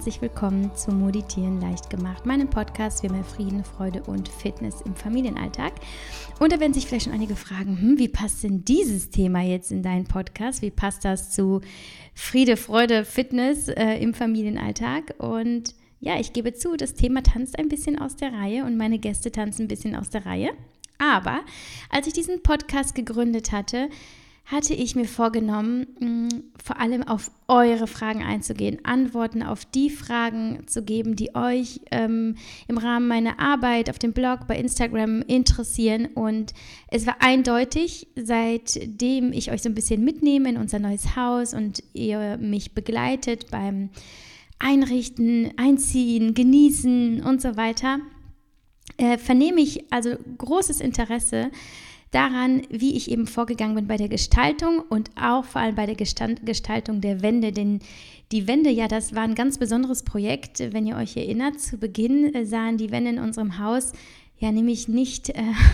herzlich willkommen zu Meditieren leicht gemacht, meinem Podcast für mehr Frieden, Freude und Fitness im Familienalltag. Und da werden sich vielleicht schon einige fragen, wie passt denn dieses Thema jetzt in deinen Podcast? Wie passt das zu Friede, Freude, Fitness im Familienalltag? Und ja, ich gebe zu, das Thema tanzt ein bisschen aus der Reihe und meine Gäste tanzen ein bisschen aus der Reihe. Aber als ich diesen Podcast gegründet hatte ich mir vorgenommen, vor allem auf eure Fragen einzugehen, Antworten auf die Fragen zu geben, die euch im Rahmen meiner Arbeit auf dem Blog, bei Instagram interessieren. Und es war eindeutig, seitdem ich euch so ein bisschen mitnehme in unser neues Haus und ihr mich begleitet beim Einrichten, Einziehen, Genießen und so weiter, vernehme ich also großes Interesse daran, wie ich eben vorgegangen bin bei der Gestaltung und auch vor allem bei der Gestaltung der Wände, denn die Wände, ja, das war ein ganz besonderes Projekt. Wenn ihr euch erinnert, zu Beginn sahen die Wände in unserem Haus ja nämlich nicht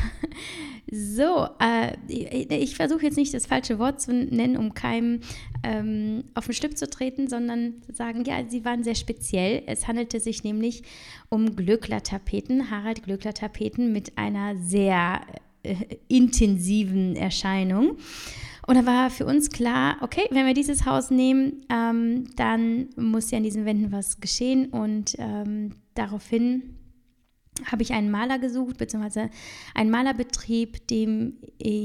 ich versuche jetzt nicht das falsche Wort zu nennen, um keinem auf den Schlips zu treten, sondern zu sagen, ja, sie waren sehr speziell. Es handelte sich nämlich um Glöckler-Tapeten, Harald Glöckler-Tapeten mit einer sehr intensiven Erscheinung. Und da war für uns klar, okay, wenn wir dieses Haus nehmen, dann muss ja an diesen Wänden was geschehen. Und daraufhin habe ich einen Maler gesucht, beziehungsweise einen Malerbetrieb, dem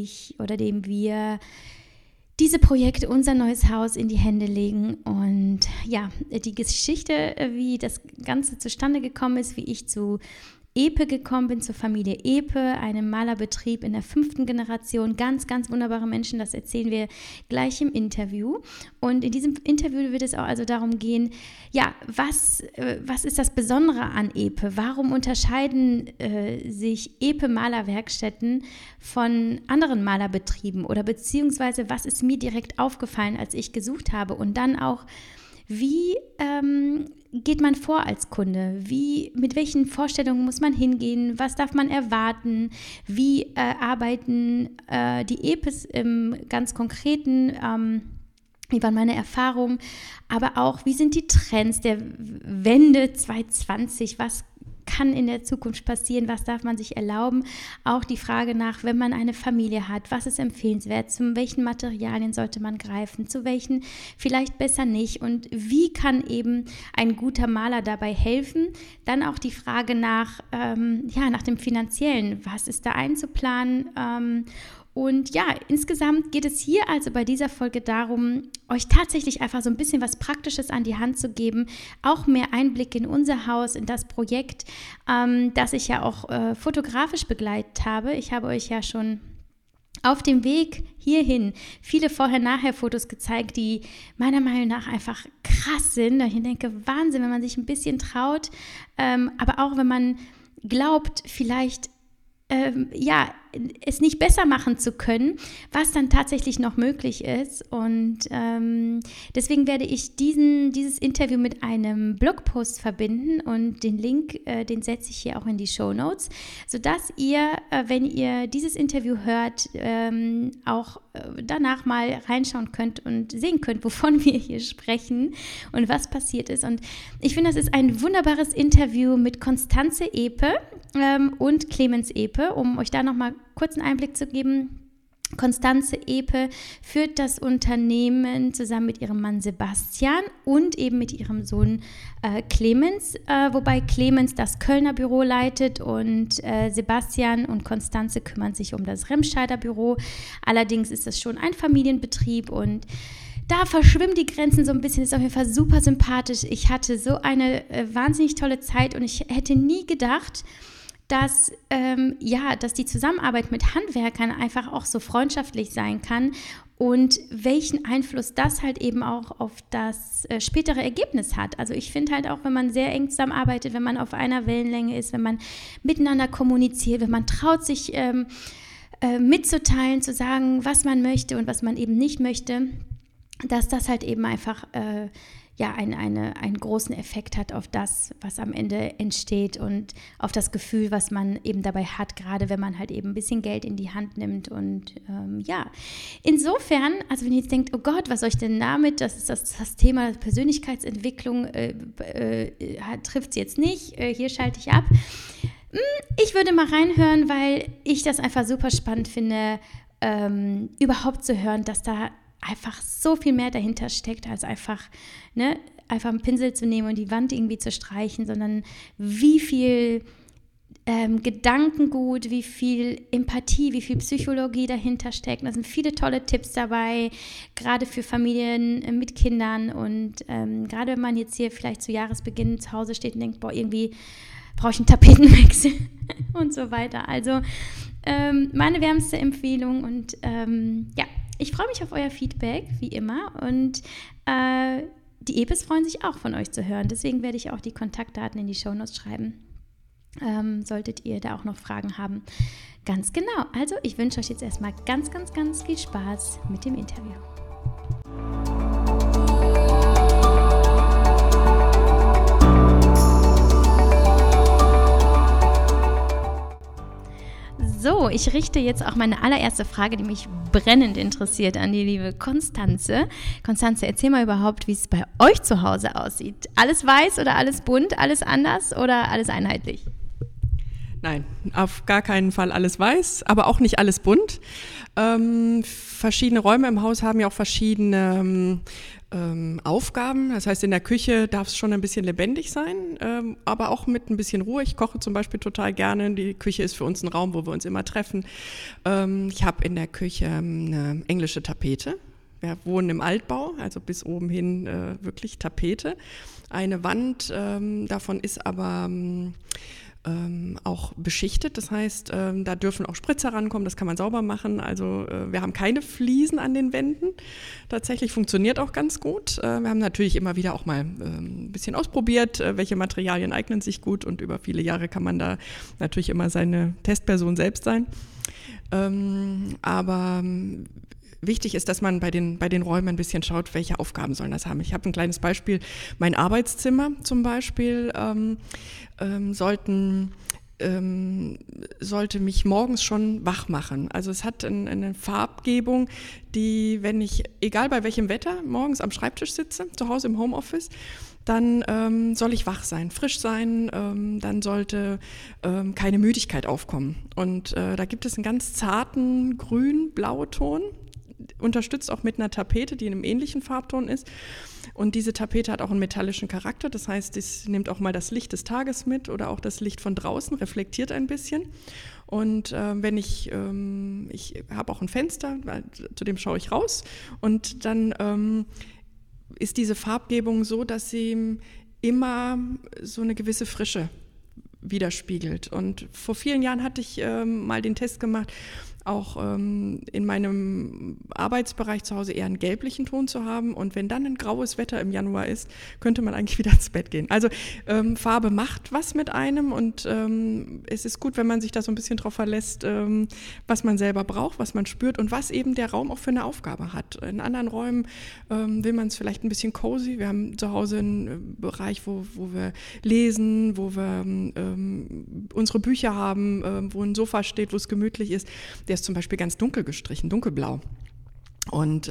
wir diese Projekte, unser neues Haus in die Hände legen. Und ja, die Geschichte, wie das Ganze zustande gekommen ist, wie ich zu Epe gekommen bin, zur Familie Epe, einem Malerbetrieb in der 5. Generation. Ganz, ganz wunderbare Menschen, das erzählen wir gleich im Interview. Und in diesem Interview wird es auch also darum gehen, ja, was ist das Besondere an Epe? Warum unterscheiden sich Epe-Malerwerkstätten von anderen Malerbetrieben? Oder beziehungsweise, was ist mir direkt aufgefallen, als ich gesucht habe? Und dann auch, wie geht man vor als Kunde? Mit welchen Vorstellungen muss man hingehen? Was darf man erwarten? Wie arbeiten die Epes im ganz Konkreten? Wie waren meine Erfahrungen? Aber auch, wie sind die Trends der Wende 2020? Was kann in der Zukunft passieren? Was darf man sich erlauben? Auch die Frage nach, wenn man eine Familie hat, was ist empfehlenswert? Zu welchen Materialien sollte man greifen? Zu welchen vielleicht besser nicht? Und wie kann eben ein guter Maler dabei helfen? Dann auch die Frage nach dem Finanziellen. Was ist da einzuplanen? Und ja, insgesamt geht es hier also bei dieser Folge darum, euch tatsächlich einfach so ein bisschen was Praktisches an die Hand zu geben, auch mehr Einblick in unser Haus, in das Projekt, das ich ja auch fotografisch begleitet habe. Ich habe euch ja schon auf dem Weg hierhin viele Vorher-Nachher-Fotos gezeigt, die meiner Meinung nach einfach krass sind. Ich denke, Wahnsinn, wenn man sich ein bisschen traut, aber auch wenn man glaubt, vielleicht es nicht besser machen zu können, was dann tatsächlich noch möglich ist. Und deswegen werde ich dieses Interview mit einem Blogpost verbinden und den Link, den setze ich hier auch in die Shownotes, sodass ihr, wenn ihr dieses Interview hört, auch danach mal reinschauen könnt und sehen könnt, wovon wir hier sprechen und was passiert ist. Und ich finde, das ist ein wunderbares Interview mit Constanze Epe und Clemens Epe, um euch da nochmal kurz einen Einblick zu geben. Constanze Epe führt das Unternehmen zusammen mit ihrem Mann Sebastian und eben mit ihrem Sohn Clemens, wobei Clemens das Kölner Büro leitet und Sebastian und Constanze kümmern sich um das Remscheider Büro. Allerdings ist das schon ein Familienbetrieb und da verschwimmen die Grenzen so ein bisschen, ist auf jeden Fall super sympathisch. Ich hatte so eine wahnsinnig tolle Zeit und ich hätte nie gedacht, dass die Zusammenarbeit mit Handwerkern einfach auch so freundschaftlich sein kann und welchen Einfluss das halt eben auch auf das spätere Ergebnis hat. Also ich finde halt auch, wenn man sehr eng zusammenarbeitet, wenn man auf einer Wellenlänge ist, wenn man miteinander kommuniziert, wenn man traut, sich mitzuteilen, zu sagen, was man möchte und was man eben nicht möchte, dass das halt eben einfach einen großen Effekt hat auf das, was am Ende entsteht und auf das Gefühl, was man eben dabei hat, gerade wenn man halt eben ein bisschen Geld in die Hand nimmt. Und insofern, also wenn ihr jetzt denkt, oh Gott, was soll ich denn damit, das ist das Thema Persönlichkeitsentwicklung, trifft es jetzt nicht, hier schalte ich ab. Ich würde mal reinhören, weil ich das einfach super spannend finde, überhaupt zu hören, dass da einfach so viel mehr dahinter steckt, als einfach einen Pinsel zu nehmen und die Wand irgendwie zu streichen, sondern wie viel Gedankengut, wie viel Empathie, wie viel Psychologie dahinter steckt. Da sind viele tolle Tipps dabei, gerade für Familien mit Kindern und gerade wenn man jetzt hier vielleicht zu Jahresbeginn zu Hause steht und denkt, boah, irgendwie brauche ich einen Tapetenwechsel und so weiter. Also meine wärmste Empfehlung und ich freue mich auf euer Feedback, wie immer. Und die Epis freuen sich auch, von euch zu hören. Deswegen werde ich auch die Kontaktdaten in die Shownotes schreiben. Solltet ihr da auch noch Fragen haben. Ganz genau. Also, ich wünsche euch jetzt erstmal ganz, ganz, ganz viel Spaß mit dem Interview. So, ich richte jetzt auch meine allererste Frage, die mich brennend interessiert, an die liebe Konstanze. Konstanze, erzähl mal überhaupt, wie es bei euch zu Hause aussieht. Alles weiß oder alles bunt, alles anders oder alles einheitlich? Nein, auf gar keinen Fall alles weiß, aber auch nicht alles bunt. Verschiedene Räume im Haus haben ja auch verschiedene Aufgaben. Das heißt, in der Küche darf es schon ein bisschen lebendig sein, aber auch mit ein bisschen Ruhe. Ich koche zum Beispiel total gerne. Die Küche ist für uns ein Raum, wo wir uns immer treffen. Ich habe in der Küche eine englische Tapete. Wir wohnen im Altbau, also bis oben hin wirklich Tapete. Eine Wand davon ist aber auch beschichtet, das heißt, da dürfen auch Spritzer rankommen, das kann man sauber machen, also wir haben keine Fliesen an den Wänden, tatsächlich funktioniert auch ganz gut. Wir haben natürlich immer wieder auch mal ein bisschen ausprobiert, welche Materialien eignen sich gut und über viele Jahre kann man da natürlich immer seine Testperson selbst sein, aber wichtig ist, dass man bei den Räumen ein bisschen schaut, welche Aufgaben sollen das haben. Ich habe ein kleines Beispiel. Mein Arbeitszimmer zum Beispiel sollte mich morgens schon wach machen. Also es hat eine Farbgebung, die, wenn ich, egal bei welchem Wetter, morgens am Schreibtisch sitze, zu Hause im Homeoffice, dann soll ich wach sein, frisch sein, dann sollte keine Müdigkeit aufkommen. Und da gibt es einen ganz zarten grün-blauton, unterstützt auch mit einer Tapete, die in einem ähnlichen Farbton ist. Und diese Tapete hat auch einen metallischen Charakter, das heißt, es nimmt auch mal das Licht des Tages mit oder auch das Licht von draußen, reflektiert ein bisschen. Und wenn ich habe auch ein Fenster, zu dem schaue ich raus und dann ist diese Farbgebung so, dass sie immer so eine gewisse Frische widerspiegelt. Und vor vielen Jahren hatte ich mal den Test gemacht, auch in meinem Arbeitsbereich zu Hause eher einen gelblichen Ton zu haben. Und wenn dann ein graues Wetter im Januar ist, könnte man eigentlich wieder ins Bett gehen. Also Farbe macht was mit einem und es ist gut, wenn man sich da so ein bisschen drauf verlässt, was man selber braucht, was man spürt und was eben der Raum auch für eine Aufgabe hat. In anderen Räumen will man es vielleicht ein bisschen cozy. Wir haben zu Hause einen Bereich, wo wir lesen, wo wir unsere Bücher haben, wo ein Sofa steht, wo es gemütlich ist. Der ist zum Beispiel ganz dunkel gestrichen, dunkelblau. Und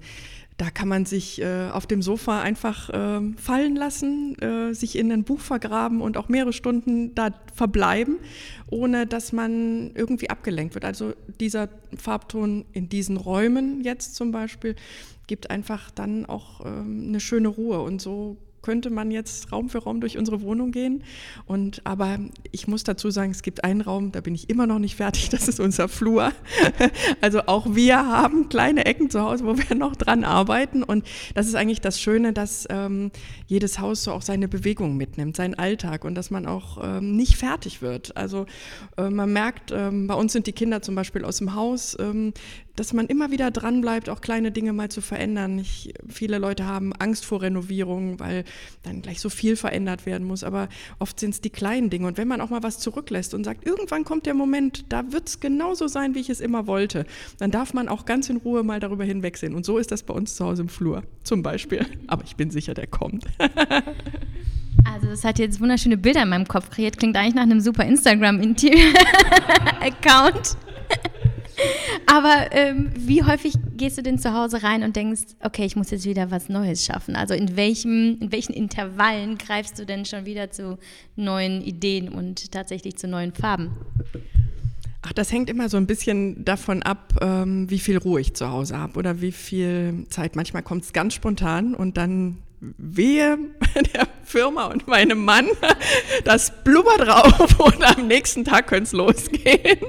da kann man sich auf dem Sofa einfach fallen lassen, sich in ein Buch vergraben und auch mehrere Stunden da verbleiben, ohne dass man irgendwie abgelenkt wird. Also dieser Farbton in diesen Räumen jetzt zum Beispiel gibt einfach dann auch eine schöne Ruhe und so könnte man jetzt Raum für Raum durch unsere Wohnung gehen. Aber ich muss dazu sagen, es gibt einen Raum, da bin ich immer noch nicht fertig, das ist unser Flur. Also auch wir haben kleine Ecken zu Hause, wo wir noch dran arbeiten. Und das ist eigentlich das Schöne, dass jedes Haus so auch seine Bewegung mitnimmt, seinen Alltag und dass man auch nicht fertig wird. Also man merkt, bei uns sind die Kinder zum Beispiel aus dem Haus, dass man immer wieder dran bleibt, auch kleine Dinge mal zu verändern. Viele Leute haben Angst vor Renovierung, weil dann gleich so viel verändert werden muss, aber oft sind es die kleinen Dinge. Und wenn man auch mal was zurücklässt und sagt, irgendwann kommt der Moment, da wird es genauso sein, wie ich es immer wollte, dann darf man auch ganz in Ruhe mal darüber hinwegsehen. Und so ist das bei uns zu Hause im Flur zum Beispiel. Aber ich bin sicher, der kommt. Also das hat jetzt wunderschöne Bilder in meinem Kopf kreiert. Klingt eigentlich nach einem super Instagram-Account. Aber wie häufig gehst du denn zu Hause rein und denkst, okay, ich muss jetzt wieder was Neues schaffen? Also in welchen Intervallen greifst du denn schon wieder zu neuen Ideen und tatsächlich zu neuen Farben? Ach, das hängt immer so ein bisschen davon ab, wie viel Ruhe ich zu Hause habe oder wie viel Zeit. Manchmal kommt es ganz spontan und dann wehe der Firma und meinem Mann das Blubber drauf und am nächsten Tag könnte es losgehen.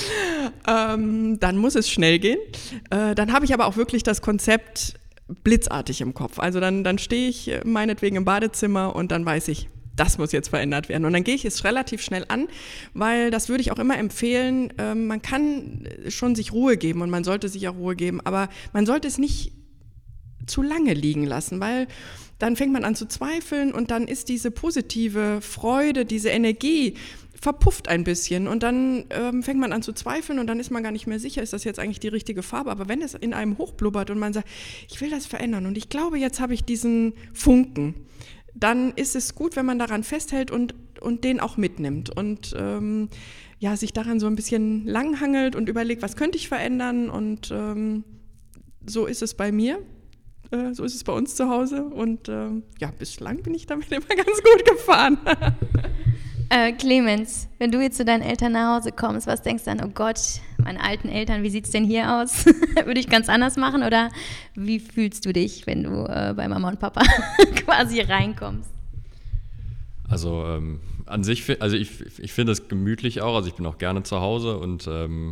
Dann muss es schnell gehen. Dann habe ich aber auch wirklich das Konzept blitzartig im Kopf. Also dann stehe ich meinetwegen im Badezimmer und dann weiß ich, das muss jetzt verändert werden. Und dann gehe ich es relativ schnell an, weil das würde ich auch immer empfehlen, man kann schon sich Ruhe geben und man sollte sich auch Ruhe geben, aber man sollte es nicht zu lange liegen lassen, weil dann fängt man an zu zweifeln und dann ist diese positive Freude, diese Energie verpufft ein bisschen und dann fängt man an zu zweifeln und dann ist man gar nicht mehr sicher, ist das jetzt eigentlich die richtige Farbe. Aber wenn es in einem hochblubbert und man sagt, ich will das verändern und ich glaube, jetzt habe ich diesen Funken, dann ist es gut, wenn man daran festhält und den auch mitnimmt und sich daran so ein bisschen langhangelt und überlegt, was könnte ich verändern und so ist es bei mir. So ist es bei uns zu Hause und bislang bin ich damit immer ganz gut gefahren. Clemens, wenn du jetzt zu deinen Eltern nach Hause kommst, was denkst du dann, oh Gott, meine alten Eltern, wie sieht es denn hier aus? Würde ich ganz anders machen oder wie fühlst du dich, wenn du bei Mama und Papa quasi reinkommst? Also an sich, ich finde es gemütlich auch, also ich bin auch gerne zu Hause und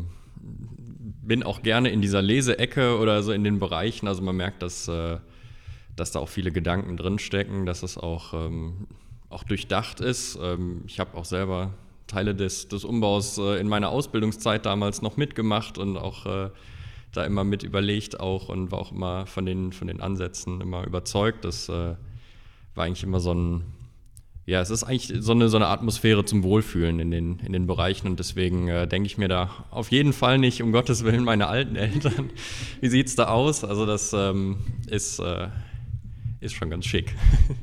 bin auch gerne in dieser Leseecke oder so in den Bereichen, also man merkt, dass da auch viele Gedanken drinstecken, dass es auch durchdacht ist. Ich habe auch selber Teile des Umbaus in meiner Ausbildungszeit damals noch mitgemacht und auch da immer mit überlegt auch und war auch immer von den Ansätzen immer überzeugt. Das war eigentlich immer es ist eigentlich so eine Atmosphäre zum Wohlfühlen in den Bereichen und deswegen denke ich mir da auf jeden Fall nicht, um Gottes Willen, meine alten Eltern, wie sieht's da aus? Also das ist schon ganz schick.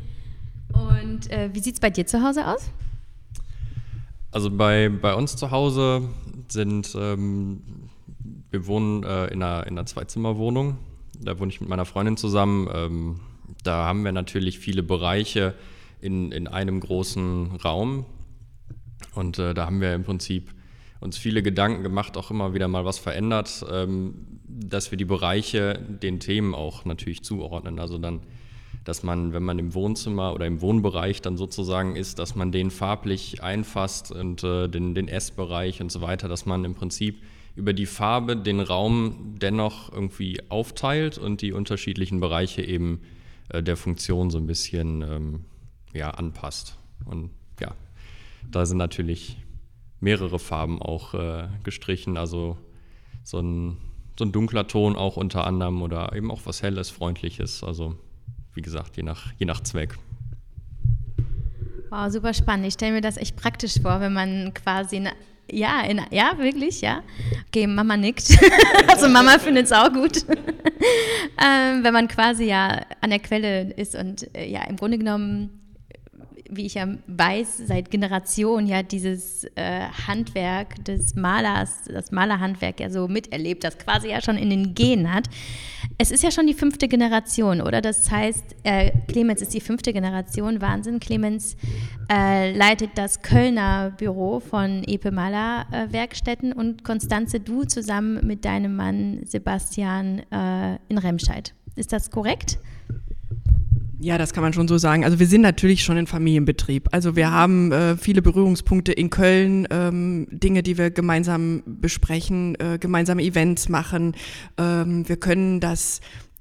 Und wie sieht's bei dir zu Hause aus? Also bei uns zu Hause wir wohnen in einer Zweizimmerwohnung, da wohne ich mit meiner Freundin zusammen, da haben wir natürlich viele Bereiche in einem großen Raum und da haben wir im Prinzip uns viele Gedanken gemacht, auch immer wieder mal was verändert, dass wir die Bereiche den Themen auch natürlich zuordnen, also dann, dass man, wenn man im Wohnzimmer oder im Wohnbereich dann sozusagen ist, dass man den farblich einfasst und den Essbereich und so weiter, dass man im Prinzip über die Farbe den Raum dennoch irgendwie aufteilt und die unterschiedlichen Bereiche eben der Funktion so ein bisschen anpasst. Und ja, da sind natürlich mehrere Farben auch gestrichen, also so ein dunkler Ton auch unter anderem oder eben auch was Helles, Freundliches, also wie gesagt, je nach Zweck. Wow, super spannend. Ich stelle mir das echt praktisch vor, wenn man quasi wirklich. Okay, Mama nickt. Also Mama findet es auch gut. Wenn man quasi an der Quelle ist und im Grunde genommen, wie ich ja weiß, seit Generationen dieses Handwerk des Malers, das Malerhandwerk so miterlebt, das quasi schon in den Genen hat. Es ist ja schon die 5. Generation, oder? Das heißt, Clemens ist die 5. Generation, Wahnsinn. Clemens leitet das Kölner Büro von Epe Malerwerkstätten und Constanze, du zusammen mit deinem Mann Sebastian in Remscheid. Ist das korrekt? Ja, das kann man schon so sagen. Also wir sind natürlich schon in Familienbetrieb. Also wir haben viele Berührungspunkte in Köln, Dinge, die wir gemeinsam besprechen, gemeinsame Events machen. Wir können das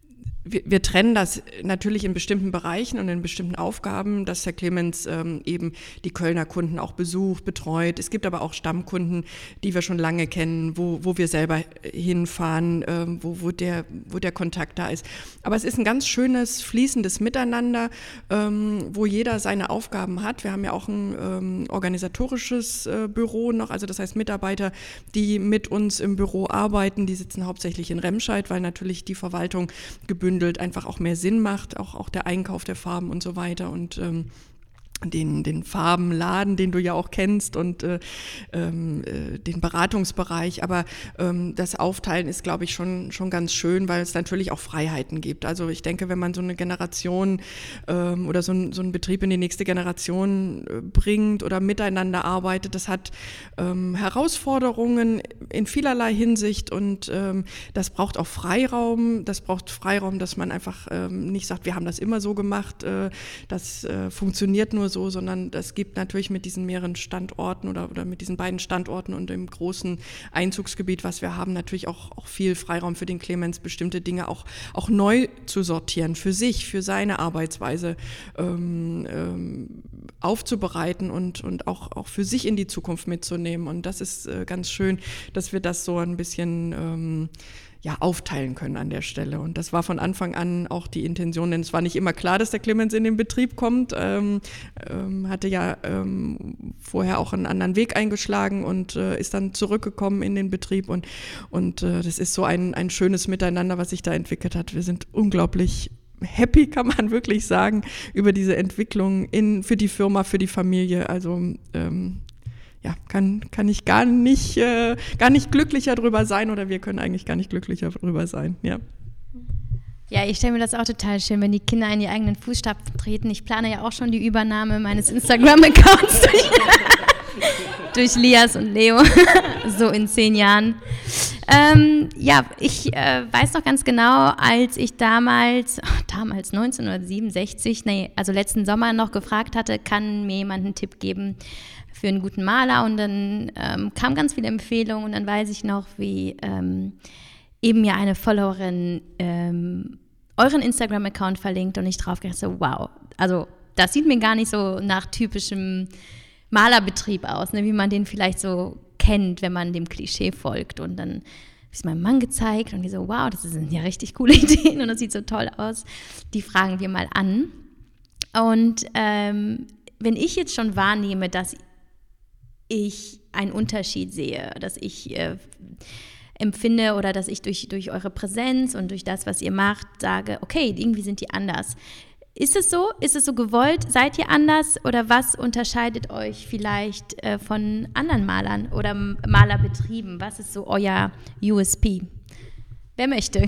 wir trennen das natürlich in bestimmten Bereichen und in bestimmten Aufgaben, dass Herr Clemens eben die Kölner Kunden auch besucht, betreut. Es gibt aber auch Stammkunden, die wir schon lange kennen, wo wir selber hinfahren, wo der Kontakt da ist. Aber es ist ein ganz schönes, fließendes Miteinander, wo jeder seine Aufgaben hat. Wir haben ja auch ein organisatorisches Büro noch, also das heißt Mitarbeiter, die mit uns im Büro arbeiten, die sitzen hauptsächlich in Remscheid, weil natürlich die Verwaltung gebündelt einfach auch mehr Sinn macht, auch der Einkauf der Farben und so weiter und den Farbenladen, den du ja auch kennst und den Beratungsbereich, aber das Aufteilen ist, glaube ich, schon ganz schön, weil es natürlich auch Freiheiten gibt. Also ich denke, wenn man so eine Generation oder so einen Betrieb in die nächste Generation bringt oder miteinander arbeitet, das hat Herausforderungen in vielerlei Hinsicht und das braucht auch Freiraum. Das braucht Freiraum, dass man einfach nicht sagt, wir haben das immer so gemacht, das funktioniert nur so, sondern das gibt natürlich mit diesen mehreren Standorten oder mit diesen beiden Standorten und dem großen Einzugsgebiet, was wir haben, natürlich auch viel Freiraum für den Clemens, bestimmte Dinge auch neu zu sortieren, für sich, für seine Arbeitsweise aufzubereiten und auch für sich in die Zukunft mitzunehmen. Und das ist ganz schön, dass wir das so ein bisschen aufteilen können an der Stelle. Und das war von Anfang an auch die Intention, denn es war nicht immer klar, dass der Clemens in den Betrieb kommt, hatte ja vorher auch einen anderen Weg eingeschlagen und ist dann zurückgekommen in den Betrieb und das ist so ein schönes Miteinander, was sich da entwickelt hat. Wir sind unglaublich happy, kann man wirklich sagen, über diese Entwicklung für die Firma, für die Familie. Also kann ich gar nicht glücklicher drüber sein oder wir können eigentlich gar nicht glücklicher drüber sein, ja. Ja, ich stelle mir das auch total schön, wenn die Kinder in die eigenen Fußstapfen treten. Ich plane ja auch schon die Übernahme meines Instagram-Accounts durch Lias und Leo, so in 10 Jahren. Ich weiß noch ganz genau, als ich damals 1967, also letzten Sommer noch gefragt hatte, kann mir jemand einen Tipp geben für einen guten Maler und dann kamen ganz viele Empfehlungen und dann weiß ich noch, wie eben mir eine Followerin euren Instagram-Account verlinkt und ich drauf gedacht so, wow, also das sieht mir gar nicht so nach typischem Malerbetrieb aus, ne, wie man den vielleicht so kennt, wenn man dem Klischee folgt und dann habe ich es meinem Mann gezeigt und die so, wow, das sind ja richtig coole Ideen und das sieht so toll aus, die fragen wir mal an und wenn ich jetzt schon wahrnehme, dass ich einen Unterschied sehe, dass ich empfinde oder dass ich durch eure Präsenz und durch das, was ihr macht, sage, okay, irgendwie sind die anders. Ist es so? Ist es so gewollt? Seid ihr anders? Oder was unterscheidet euch vielleicht von anderen Malern oder Malerbetrieben? Was ist so euer USP? Wer möchte?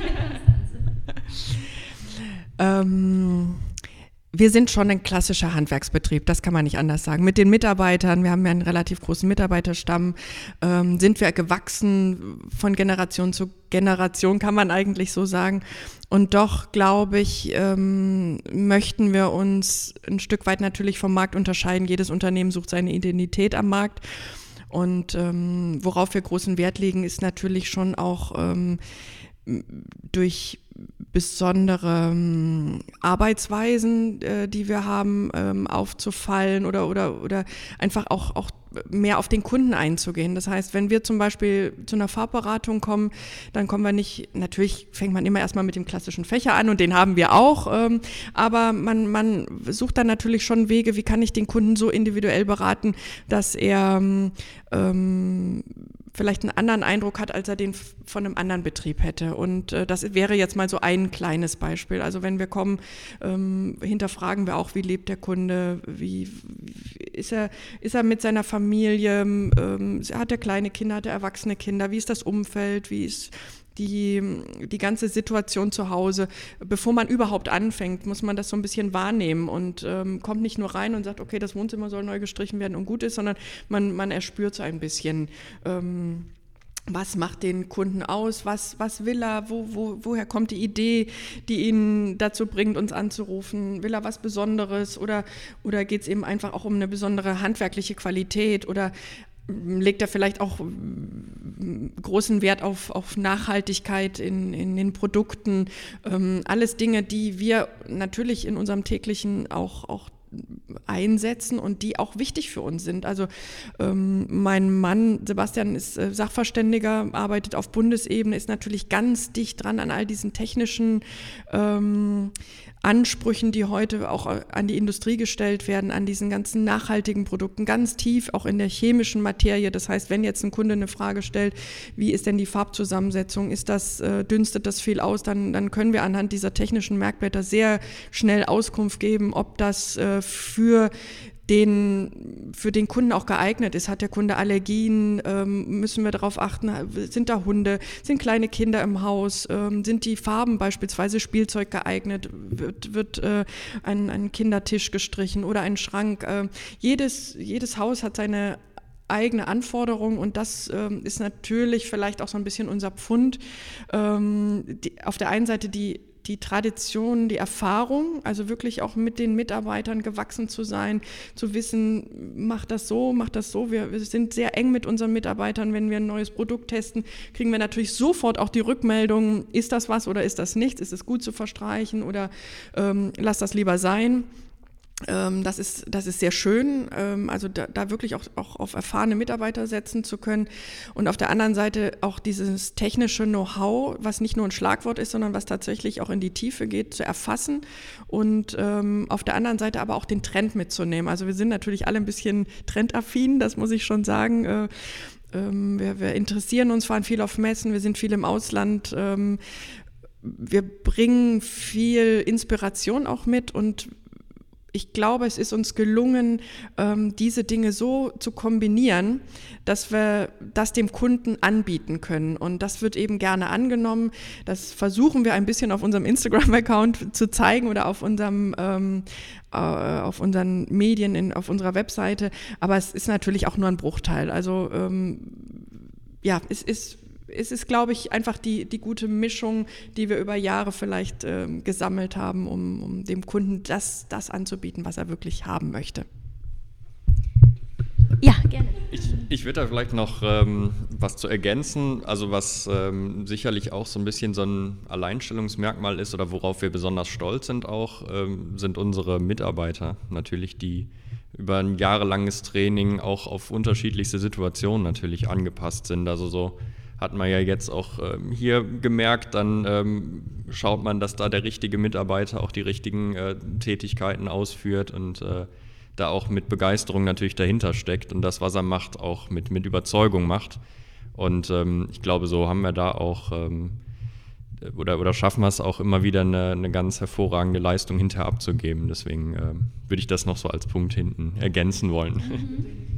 Wir sind schon ein klassischer Handwerksbetrieb, das kann man nicht anders sagen. Mit den Mitarbeitern, wir haben ja einen relativ großen Mitarbeiterstamm, sind wir gewachsen von Generation zu Generation, kann man eigentlich so sagen. Und doch, glaube ich, möchten wir uns ein Stück weit natürlich vom Markt unterscheiden. Jedes Unternehmen sucht seine Identität am Markt. Und worauf wir großen Wert legen, ist natürlich schon auch durch besondere Arbeitsweisen, die wir haben, aufzufallen oder einfach auch mehr auf den Kunden einzugehen. Das heißt, wenn wir zum Beispiel zu einer Farbberatung kommen, dann kommen wir nicht, natürlich fängt man immer erstmal mit dem klassischen Fächer an und den haben wir auch, aber man sucht dann natürlich schon Wege, wie kann ich den Kunden so individuell beraten, dass er vielleicht einen anderen Eindruck hat, als er den von einem anderen Betrieb hätte. Und das wäre jetzt mal so ein kleines Beispiel. Also wenn wir kommen, hinterfragen wir auch, wie lebt der Kunde, wie ist er mit seiner Familie, hat er kleine Kinder, hat er erwachsene Kinder, wie ist das Umfeld, wie ist die ganze Situation zu Hause. Bevor man überhaupt anfängt, muss man das so ein bisschen wahrnehmen und kommt nicht nur rein und sagt, okay, das Wohnzimmer soll neu gestrichen werden und gut ist, sondern man erspürt so ein bisschen, was macht den Kunden aus, was will er, woher kommt die Idee, die ihn dazu bringt, uns anzurufen, will er was Besonderes oder geht es eben einfach auch um eine besondere handwerkliche Qualität oder legt er vielleicht auch großen Wert auf Nachhaltigkeit in den Produkten. Alles Dinge, die wir natürlich in unserem täglichen auch einsetzen und die auch wichtig für uns sind. Also mein Mann Sebastian ist Sachverständiger, arbeitet auf Bundesebene, ist natürlich ganz dicht dran an all diesen technischen Ansprüchen, die heute auch an die Industrie gestellt werden, an diesen ganzen nachhaltigen Produkten, ganz tief auch in der chemischen Materie. Das heißt, wenn jetzt ein Kunde eine Frage stellt, wie ist denn die Farbzusammensetzung, dünstet das viel aus, dann können wir anhand dieser technischen Merkblätter sehr schnell Auskunft geben, ob das für den Kunden auch geeignet ist. Hat der Kunde Allergien? Müssen wir darauf achten? Sind da Hunde? Sind kleine Kinder im Haus? Sind die Farben beispielsweise Spielzeug geeignet? Wird ein Kindertisch gestrichen oder ein Schrank? Jedes Haus hat seine eigene Anforderung und das ist natürlich vielleicht auch so ein bisschen unser Pfund. Auf der einen Seite die Tradition, die Erfahrung, also wirklich auch mit den Mitarbeitern gewachsen zu sein, zu wissen, macht das so. Wir sind sehr eng mit unseren Mitarbeitern. Wenn wir ein neues Produkt testen, kriegen wir natürlich sofort auch die Rückmeldung, ist das was oder ist das nichts? Ist es gut zu verstreichen oder lass das lieber sein? Das ist sehr schön, also da wirklich auch auf erfahrene Mitarbeiter setzen zu können und auf der anderen Seite auch dieses technische Know-how, was nicht nur ein Schlagwort ist, sondern was tatsächlich auch in die Tiefe geht, zu erfassen und auf der anderen Seite aber auch den Trend mitzunehmen. Also wir sind natürlich alle ein bisschen trendaffin, das muss ich schon sagen. Wir interessieren uns, fahren viel auf Messen, wir sind viel im Ausland. Wir bringen viel Inspiration auch mit und ich glaube, es ist uns gelungen, diese Dinge so zu kombinieren, dass wir das dem Kunden anbieten können. Und das wird eben gerne angenommen. Das versuchen wir ein bisschen auf unserem Instagram-Account zu zeigen oder auf unseren Medien, auf unserer Webseite. Aber es ist natürlich auch nur ein Bruchteil. Also es ist, glaube ich, einfach die gute Mischung, die wir über Jahre vielleicht gesammelt haben, um dem Kunden das anzubieten, was er wirklich haben möchte. Ja, gerne. Ich würde da vielleicht noch was zu ergänzen, also was sicherlich auch so ein bisschen so ein Alleinstellungsmerkmal ist oder worauf wir besonders stolz sind auch, sind unsere Mitarbeiter natürlich, die über ein jahrelanges Training auch auf unterschiedlichste Situationen natürlich angepasst sind, also so hat man ja jetzt auch hier gemerkt, dann schaut man, dass da der richtige Mitarbeiter auch die richtigen Tätigkeiten ausführt und da auch mit Begeisterung natürlich dahinter steckt und das, was er macht, auch mit Überzeugung macht. Und ich glaube, so haben wir da auch oder schaffen wir es auch immer wieder eine ganz hervorragende Leistung hinterher abzugeben. Deswegen würde ich das noch so als Punkt hinten ergänzen wollen.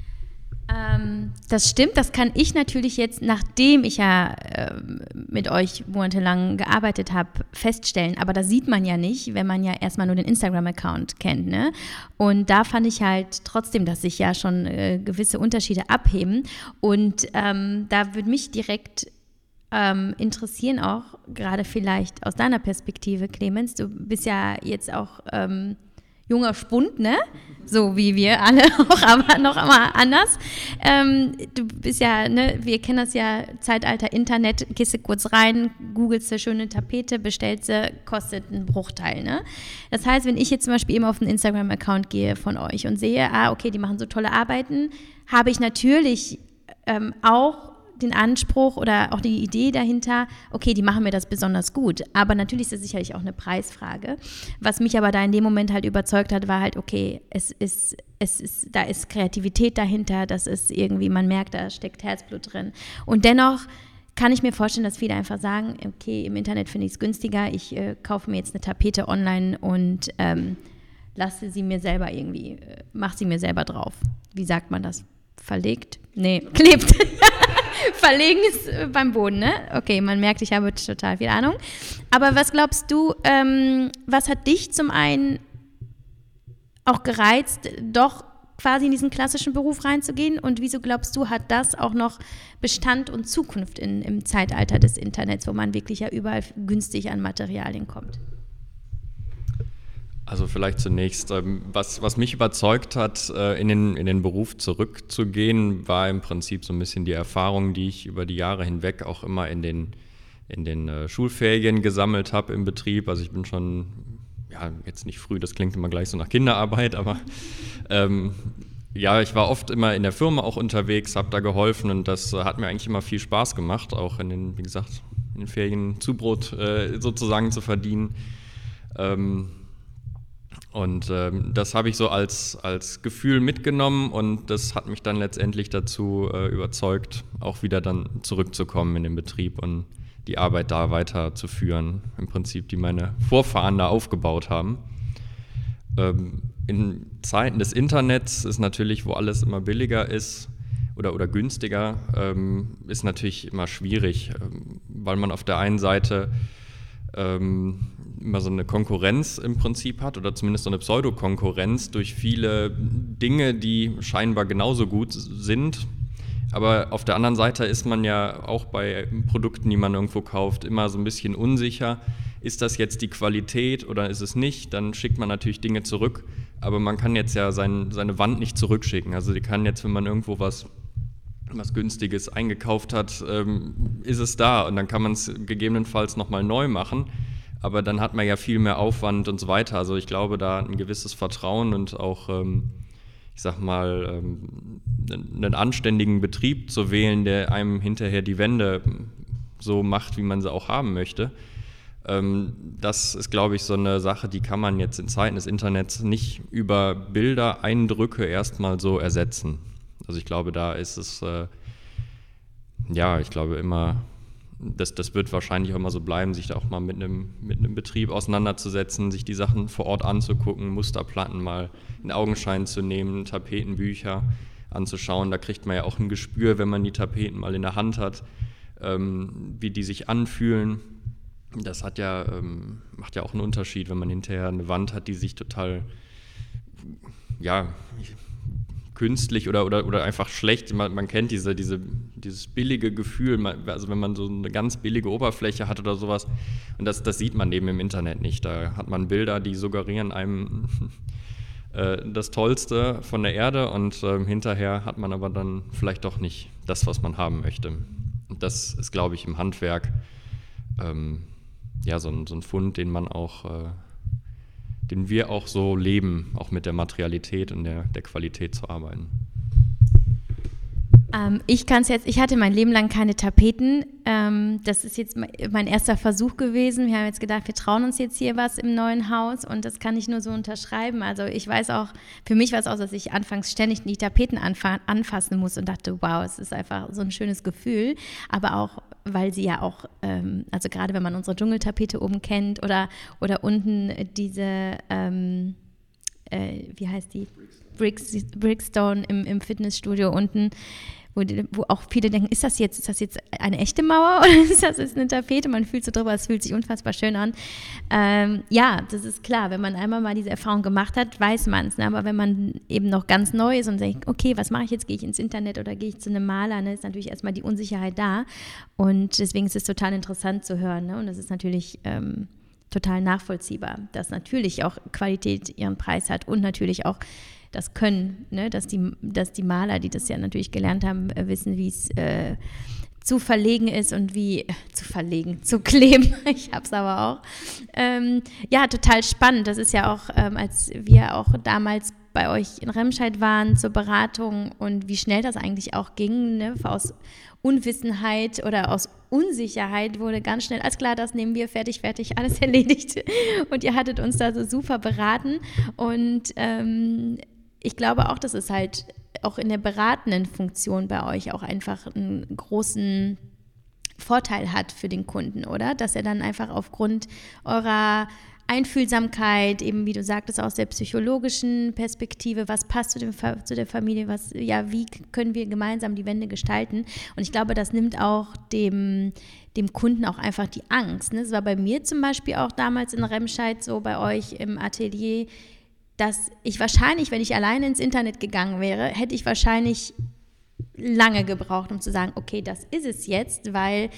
Das stimmt, das kann ich natürlich jetzt, nachdem ich ja mit euch monatelang gearbeitet habe, feststellen. Aber das sieht man ja nicht, wenn man ja erstmal nur den Instagram-Account kennt. Ne? Und da fand ich halt trotzdem, dass sich ja schon gewisse Unterschiede abheben. Und da würde mich direkt interessieren auch, gerade vielleicht aus deiner Perspektive, Clemens, du bist ja jetzt auch junger Spund, ne? So wie wir alle auch, aber noch einmal anders. Du bist ja, ne, wir kennen das ja, Zeitalter Internet, gehst du kurz rein, googelst du schöne Tapete, bestellst sie, kostet einen Bruchteil, ne? Das heißt, wenn ich jetzt zum Beispiel eben auf den Instagram-Account gehe von euch und sehe, okay, die machen so tolle Arbeiten, habe ich natürlich auch den Anspruch oder auch die Idee dahinter, okay, die machen mir das besonders gut. Aber natürlich ist das sicherlich auch eine Preisfrage. Was mich aber da in dem Moment halt überzeugt hat, war halt, okay, da ist Kreativität dahinter, das ist irgendwie, man merkt, da steckt Herzblut drin. Und dennoch kann ich mir vorstellen, dass viele einfach sagen, okay, im Internet finde ich es günstiger, ich kaufe mir jetzt eine Tapete online und lasse sie mir selber irgendwie, mache sie mir selber drauf. Wie sagt man das? Verlegt? Nee, klebt. Verlegen ist beim Boden, ne? Okay, man merkt, ich habe total viel Ahnung. Aber was glaubst du, was hat dich zum einen auch gereizt, doch quasi in diesen klassischen Beruf reinzugehen? Und wieso glaubst du, hat das auch noch Bestand und Zukunft im Zeitalter des Internets, wo man wirklich ja überall günstig an Materialien kommt? Also vielleicht zunächst, was mich überzeugt hat, in den Beruf zurückzugehen, war im Prinzip so ein bisschen die Erfahrung, die ich über die Jahre hinweg auch immer in den Schulferien gesammelt habe im Betrieb. Also ich bin schon, ja, jetzt nicht früh, das klingt immer gleich so nach Kinderarbeit, aber ja, ich war oft immer in der Firma auch unterwegs, habe da geholfen und das hat mir eigentlich immer viel Spaß gemacht, auch wie gesagt, in den Ferien Zubrot sozusagen zu verdienen. Und das habe ich so als Gefühl mitgenommen und das hat mich dann letztendlich dazu überzeugt, auch wieder dann zurückzukommen in den Betrieb und die Arbeit da weiterzuführen, im Prinzip, die meine Vorfahren da aufgebaut haben. In Zeiten des Internets ist natürlich, wo alles immer billiger ist oder günstiger, ist natürlich immer schwierig, weil man auf der einen Seite immer so eine Konkurrenz im Prinzip hat oder zumindest so eine Pseudokonkurrenz durch viele Dinge, die scheinbar genauso gut sind. Aber auf der anderen Seite ist man ja auch bei Produkten, die man irgendwo kauft, immer so ein bisschen unsicher. Ist das jetzt die Qualität oder ist es nicht? Dann schickt man natürlich Dinge zurück, aber man kann jetzt ja seine Wand nicht zurückschicken. Also die kann jetzt, wenn man irgendwo was Günstiges eingekauft hat, ist es da und dann kann man es gegebenenfalls nochmal neu machen. Aber dann hat man ja viel mehr Aufwand und so weiter. Also ich glaube, da ein gewisses Vertrauen und auch, ich sag mal, einen anständigen Betrieb zu wählen, der einem hinterher die Wände so macht, wie man sie auch haben möchte. Das ist, glaube ich, so eine Sache, die kann man jetzt in Zeiten des Internets nicht über Bilder, Eindrücke erstmal so ersetzen. Also ich glaube, da ist es, ich glaube immer, das wird wahrscheinlich auch immer so bleiben, sich da auch mal mit einem Betrieb auseinanderzusetzen, sich die Sachen vor Ort anzugucken, Musterplatten mal in Augenschein zu nehmen, Tapetenbücher anzuschauen. Da kriegt man ja auch ein Gespür, wenn man die Tapeten mal in der Hand hat, wie die sich anfühlen. Das macht ja auch einen Unterschied, wenn man hinterher eine Wand hat, die sich total, künstlich oder einfach schlecht, man kennt dieses billige Gefühl, also wenn man so eine ganz billige Oberfläche hat oder sowas, und das sieht man eben im Internet nicht. Da hat man Bilder, die suggerieren einem das Tollste von der Erde und hinterher hat man aber dann vielleicht doch nicht das, was man haben möchte. Und das ist, glaube ich, im Handwerk so ein Fund, den wir auch so leben, auch mit der Materialität und der Qualität zu arbeiten. Ich hatte mein Leben lang keine Tapeten. Das ist jetzt mein erster Versuch gewesen. Wir haben jetzt gedacht, wir trauen uns jetzt hier was im neuen Haus und das kann ich nur so unterschreiben. Also ich weiß auch, für mich war es auch, dass ich anfangs ständig die Tapeten anfassen muss und dachte, wow, es ist einfach so ein schönes Gefühl. Aber auch, weil sie ja auch, also gerade wenn man unsere Dschungeltapete oben kennt oder unten diese, wie heißt die? Brickstone im Fitnessstudio unten, wo auch viele denken, ist das jetzt eine echte Mauer oder ist das jetzt eine Tapete? Man fühlt so drüber, es fühlt sich unfassbar schön an. Das ist klar, wenn man einmal mal diese Erfahrung gemacht hat, weiß man es. Ne? Aber wenn man eben noch ganz neu ist und denkt, okay, was mache ich jetzt? Gehe ich ins Internet oder gehe ich zu einem Maler? Ne? Ist natürlich erstmal die Unsicherheit da. Und deswegen ist es total interessant zu hören. Ne? Und das ist natürlich total nachvollziehbar, dass natürlich auch Qualität ihren Preis hat und natürlich auch das Können, ne? dass die Maler, die das ja natürlich gelernt haben, wissen, wie es zu verlegen ist und zu kleben. Ich hab's aber auch. Total spannend. Das ist ja auch, als wir auch damals bei euch in Remscheid waren zur Beratung und wie schnell das eigentlich auch ging, ne? Aus Unwissenheit oder aus Unsicherheit wurde ganz schnell, alles klar, das nehmen wir, fertig, alles erledigt. Und ihr hattet uns da so super beraten und ich glaube auch, dass es halt auch in der beratenden Funktion bei euch auch einfach einen großen Vorteil hat für den Kunden, oder? Dass er dann einfach aufgrund eurer Einfühlsamkeit, eben wie du sagtest, aus der psychologischen Perspektive, was passt zu der Familie, wie können wir gemeinsam die Wände gestalten? Und ich glaube, das nimmt auch dem Kunden auch einfach die Angst. Ne? Das war bei mir zum Beispiel auch damals in Remscheid so, bei euch im Atelier, dass ich wahrscheinlich, wenn ich alleine ins Internet gegangen wäre, hätte ich wahrscheinlich lange gebraucht, um zu sagen, okay, das ist es jetzt, weil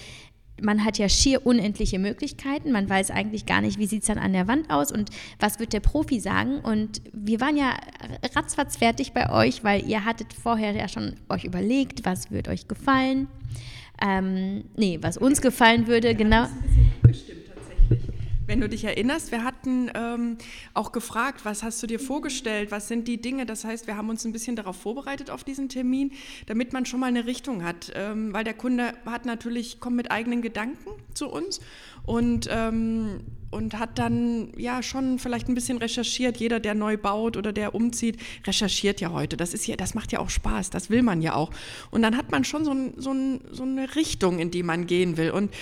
man hat ja schier unendliche Möglichkeiten. Man weiß eigentlich gar nicht, wie sieht es dann an der Wand aus und was wird der Profi sagen. Und wir waren ja ratzfatz fertig bei euch, weil ihr hattet vorher ja schon euch überlegt, was wird euch gefallen. Was uns gefallen würde, genau. Das ist ein bisschen abgestimmt tatsächlich. Wenn du dich erinnerst, wir hatten auch gefragt, was hast du dir vorgestellt, was sind die Dinge, das heißt, wir haben uns ein bisschen darauf vorbereitet auf diesen Termin, damit man schon mal eine Richtung hat, weil der Kunde kommt mit eigenen Gedanken zu uns und hat dann ja schon vielleicht ein bisschen recherchiert. Jeder, der neu baut oder der umzieht, recherchiert ja heute. Das macht ja auch Spaß, das will man ja auch. Und dann hat man schon so eine Richtung, in die man gehen will. Und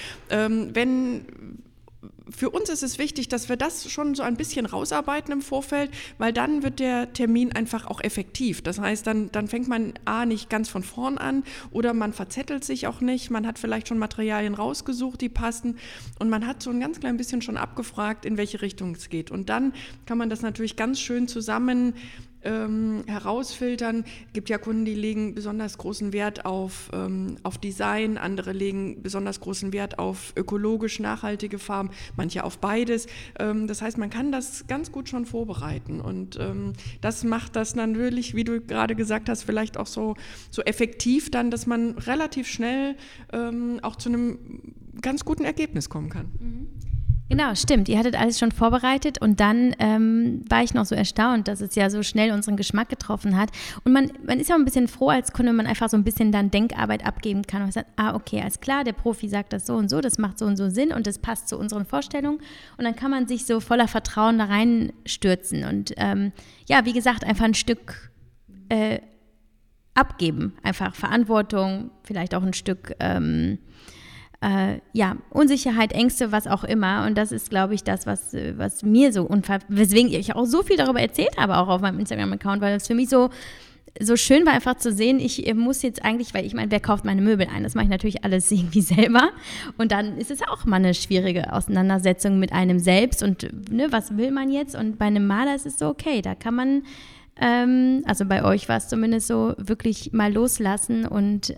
für uns ist es wichtig, dass wir das schon so ein bisschen rausarbeiten im Vorfeld, weil dann wird der Termin einfach auch effektiv. Das heißt, dann fängt man nicht ganz von vorn an oder man verzettelt sich auch nicht. Man hat vielleicht schon Materialien rausgesucht, die passen und man hat so ein ganz klein bisschen schon abgefragt, in welche Richtung es geht. Und dann kann man das natürlich ganz schön zusammen herausfiltern. Es gibt ja Kunden, die legen besonders großen Wert auf Design, andere legen besonders großen Wert auf ökologisch nachhaltige Farben, manche auf beides. Das heißt, man kann das ganz gut schon vorbereiten und das macht das natürlich, wie du gerade gesagt hast, vielleicht auch so effektiv dann, dass man relativ schnell auch zu einem ganz guten Ergebnis kommen kann. Genau, stimmt. Ihr hattet alles schon vorbereitet und dann war ich noch so erstaunt, dass es ja so schnell unseren Geschmack getroffen hat. Und man ist ja auch ein bisschen froh als Kunde, wenn man einfach so ein bisschen dann Denkarbeit abgeben kann und sagt, okay, alles klar, der Profi sagt das so und so, das macht so und so Sinn und das passt zu unseren Vorstellungen. Und dann kann man sich so voller Vertrauen da reinstürzen und wie gesagt, einfach ein Stück abgeben, einfach Verantwortung, vielleicht auch ein Stück Unsicherheit, Ängste, was auch immer. Und das ist, glaube ich, das, was mir so weswegen ich auch so viel darüber erzählt habe, auch auf meinem Instagram-Account, weil das für mich so schön war, einfach zu sehen, ich muss jetzt eigentlich, weil ich meine, wer kauft meine Möbel ein? Das mache ich natürlich alles irgendwie selber. Und dann ist es auch mal eine schwierige Auseinandersetzung mit einem selbst und was will man jetzt? Und bei einem Maler ist es so, okay, da kann man also bei euch war es zumindest so, wirklich mal loslassen und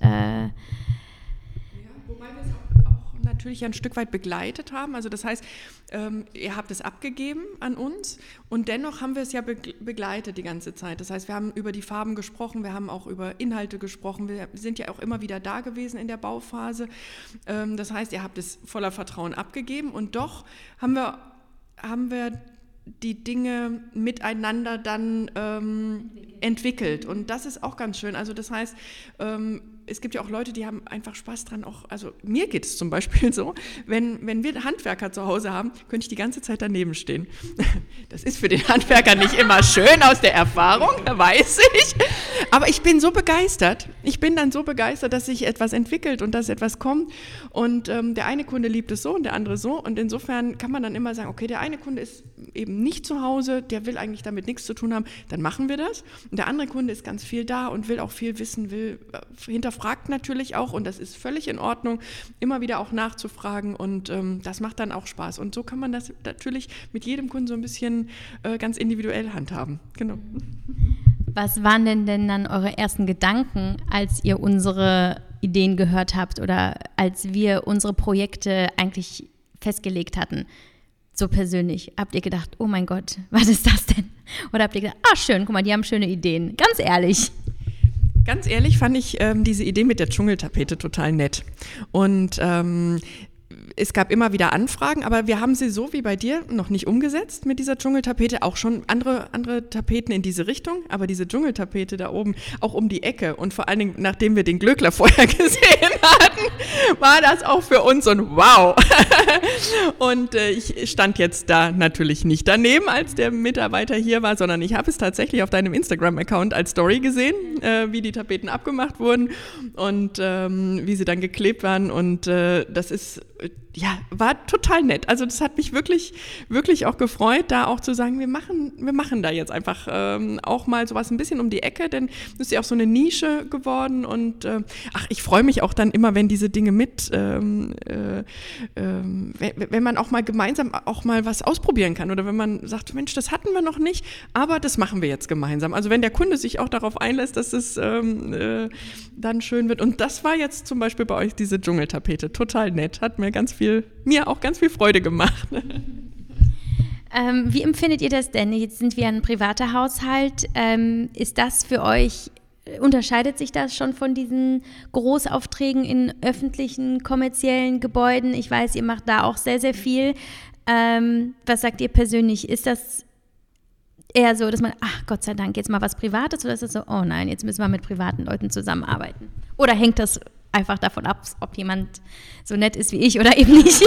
wobei wir es auch natürlich ein Stück weit begleitet haben. Also das heißt, ihr habt es abgegeben an uns und dennoch haben wir es ja begleitet die ganze Zeit. Das heißt, wir haben über die Farben gesprochen, wir haben auch über Inhalte gesprochen, wir sind ja auch immer wieder da gewesen in der Bauphase. Das heißt, ihr habt es voller Vertrauen abgegeben und doch haben wir die Dinge miteinander dann entwickelt. Und das ist auch ganz schön. Also das heißt, es gibt ja auch Leute, die haben einfach Spaß dran, also mir geht es zum Beispiel so, wenn wir Handwerker zu Hause haben, könnte ich die ganze Zeit daneben stehen. Das ist für den Handwerker nicht immer schön aus der Erfahrung, weiß ich. Aber ich bin so begeistert. Ich bin dann so begeistert, dass sich etwas entwickelt und dass etwas kommt. Und der eine Kunde liebt es so und der andere so. Und insofern kann man dann immer sagen, okay, der eine Kunde ist eben nicht zu Hause, der will eigentlich damit nichts zu tun haben, dann machen wir das. Und der andere Kunde ist ganz viel da und will auch viel wissen, hinterfragt natürlich auch und das ist völlig in Ordnung, immer wieder auch nachzufragen und das macht dann auch Spaß. Und so kann man das natürlich mit jedem Kunden so ein bisschen ganz individuell handhaben. Genau. Was waren denn dann eure ersten Gedanken, als ihr unsere Ideen gehört habt oder als wir unsere Projekte eigentlich festgelegt hatten? So persönlich. Habt ihr gedacht, oh mein Gott, was ist das denn? Oder habt ihr gedacht, schön, guck mal, die haben schöne Ideen. Ganz ehrlich. Ganz ehrlich fand ich diese Idee mit der Dschungeltapete total nett. Und es gab immer wieder Anfragen, aber wir haben sie so wie bei dir noch nicht umgesetzt mit dieser Dschungeltapete. Auch schon andere Tapeten in diese Richtung, aber diese Dschungeltapete da oben, auch um die Ecke und vor allen Dingen, nachdem wir den Glöckler vorher gesehen hatten, war das auch für uns so ein Wow. Und ich stand jetzt da natürlich nicht daneben, als der Mitarbeiter hier war, sondern ich habe es tatsächlich auf deinem Instagram-Account als Story gesehen, wie die Tapeten abgemacht wurden und wie sie dann geklebt waren und das ist war total nett. Also das hat mich wirklich, wirklich auch gefreut, da auch zu sagen, wir machen da jetzt einfach auch mal sowas ein bisschen um die Ecke, denn das ist ja auch so eine Nische geworden und ich freue mich auch dann immer, wenn diese Dinge wenn man auch mal gemeinsam auch mal was ausprobieren kann oder wenn man sagt, Mensch, das hatten wir noch nicht, aber das machen wir jetzt gemeinsam. Also wenn der Kunde sich auch darauf einlässt, dass es dann schön wird. Und das war jetzt zum Beispiel bei euch diese Dschungeltapete. Total nett. Hat mir auch ganz viel Freude gemacht. Wie empfindet ihr das denn? Jetzt sind wir ein privater Haushalt. Ist das für euch, unterscheidet sich das schon von diesen Großaufträgen in öffentlichen, kommerziellen Gebäuden? Ich weiß, ihr macht da auch sehr, sehr viel. Was sagt ihr persönlich? Ist das eher so, dass man, ach Gott sei Dank, jetzt mal was Privates, oder ist es so, oh nein, jetzt müssen wir mit privaten Leuten zusammenarbeiten? Oder hängt das einfach davon ab, ob jemand so nett ist wie ich oder eben nicht?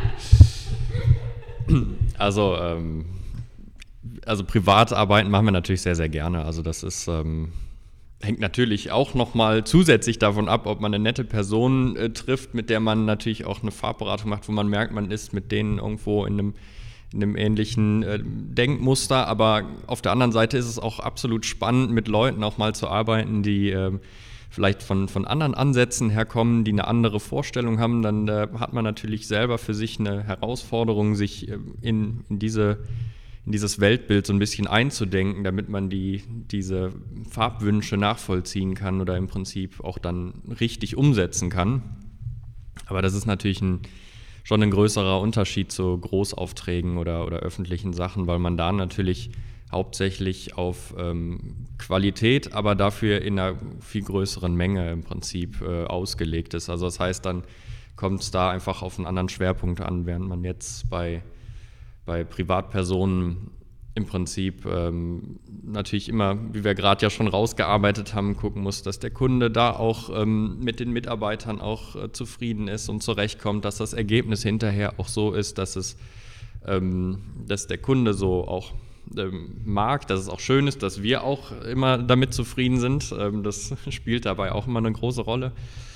Also Privatarbeiten machen wir natürlich sehr, sehr gerne. Also das ist, hängt natürlich auch nochmal zusätzlich davon ab, ob man eine nette Person trifft, mit der man natürlich auch eine Farbberatung macht, wo man merkt, man ist mit denen irgendwo in einem ähnlichen Denkmuster. Aber auf der anderen Seite ist es auch absolut spannend, mit Leuten auch mal zu arbeiten, die vielleicht von anderen Ansätzen herkommen, die eine andere Vorstellung haben. Dann hat man natürlich selber für sich eine Herausforderung, sich in dieses Weltbild so ein bisschen einzudenken, damit man diese Farbwünsche nachvollziehen kann oder im Prinzip auch dann richtig umsetzen kann. Aber das ist natürlich schon ein größerer Unterschied zu Großaufträgen oder öffentlichen Sachen, weil man da natürlich hauptsächlich auf Qualität, aber dafür in einer viel größeren Menge im Prinzip ausgelegt ist. Also das heißt, dann kommt es da einfach auf einen anderen Schwerpunkt an, während man jetzt bei Privatpersonen im Prinzip natürlich immer, wie wir gerade ja schon rausgearbeitet haben, gucken muss, dass der Kunde da auch mit den Mitarbeitern auch zufrieden ist und zurechtkommt, dass das Ergebnis hinterher auch so ist, dass der Kunde so auch mag, dass es auch schön ist, dass wir auch immer damit zufrieden sind. Das spielt dabei auch immer eine große Rolle.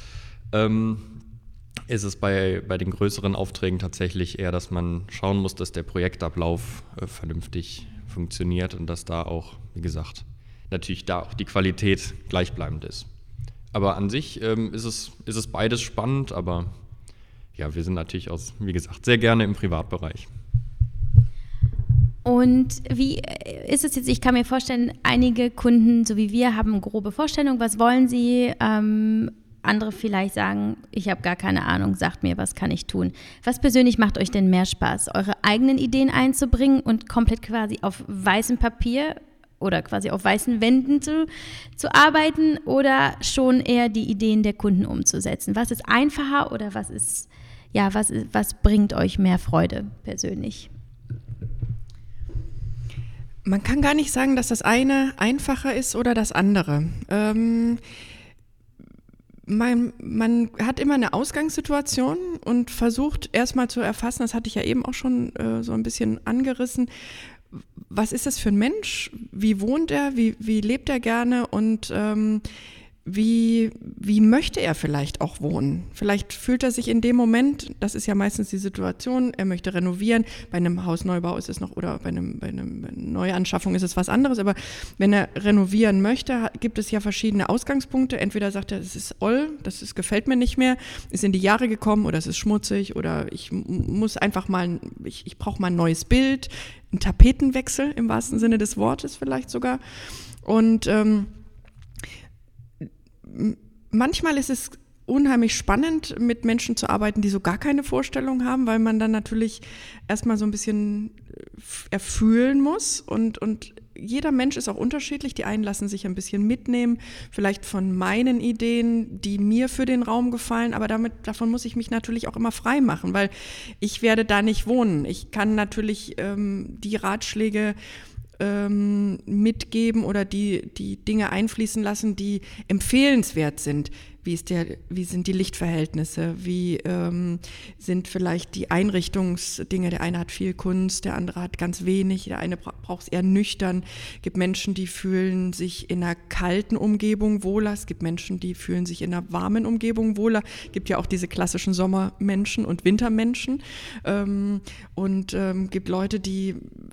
Ist es bei den größeren Aufträgen tatsächlich eher, dass man schauen muss, dass der Projektablauf vernünftig funktioniert und dass da auch, wie gesagt, natürlich da auch die Qualität gleichbleibend ist. Aber an sich ist es beides spannend, aber ja, wir sind natürlich auch, wie gesagt, sehr gerne im Privatbereich. Und wie ist es jetzt, ich kann mir vorstellen, einige Kunden, so wie wir, haben eine grobe Vorstellung, was wollen sie, andere vielleicht sagen, ich habe gar keine Ahnung, sagt mir, was kann ich tun. Was persönlich macht euch denn mehr Spaß, eure eigenen Ideen einzubringen und komplett quasi auf weißem Papier oder quasi auf weißen Wänden zu arbeiten oder schon eher die Ideen der Kunden umzusetzen? Was ist einfacher oder was bringt euch mehr Freude persönlich? Man kann gar nicht sagen, dass das eine einfacher ist oder das andere. Man hat immer eine Ausgangssituation und versucht erstmal zu erfassen, das hatte ich ja eben auch schon so ein bisschen angerissen, was ist das für ein Mensch, wie wohnt er, wie lebt er gerne und wie möchte er vielleicht auch wohnen? Vielleicht fühlt er sich in dem Moment, das ist ja meistens die Situation, er möchte renovieren, bei einem Hausneubau ist es noch, oder bei einer Neuanschaffung ist es was anderes, aber wenn er renovieren möchte, gibt es ja verschiedene Ausgangspunkte. Entweder sagt er, es ist oll, gefällt mir nicht mehr, ist in die Jahre gekommen oder es ist schmutzig oder ich muss einfach mal, ich brauche mal ein neues Bild, einen Tapetenwechsel im wahrsten Sinne des Wortes vielleicht sogar. Und manchmal ist es unheimlich spannend, mit Menschen zu arbeiten, die so gar keine Vorstellung haben, weil man dann natürlich erstmal so ein bisschen erfühlen muss und jeder Mensch ist auch unterschiedlich. Die einen lassen sich ein bisschen mitnehmen, vielleicht von meinen Ideen, die mir für den Raum gefallen, aber davon muss ich mich natürlich auch immer frei machen, weil ich werde da nicht wohnen. Ich kann natürlich die Ratschläge mitgeben oder die Dinge einfließen lassen, die empfehlenswert sind. Wie sind die Lichtverhältnisse? Wie sind vielleicht die Einrichtungsdinge? Der eine hat viel Kunst, der andere hat ganz wenig. Der eine braucht es eher nüchtern. Es gibt Menschen, die fühlen sich in einer kalten Umgebung wohler. Es gibt Menschen, die fühlen sich in einer warmen Umgebung wohler. Es gibt ja auch diese klassischen Sommermenschen und Wintermenschen. Und gibt Leute, die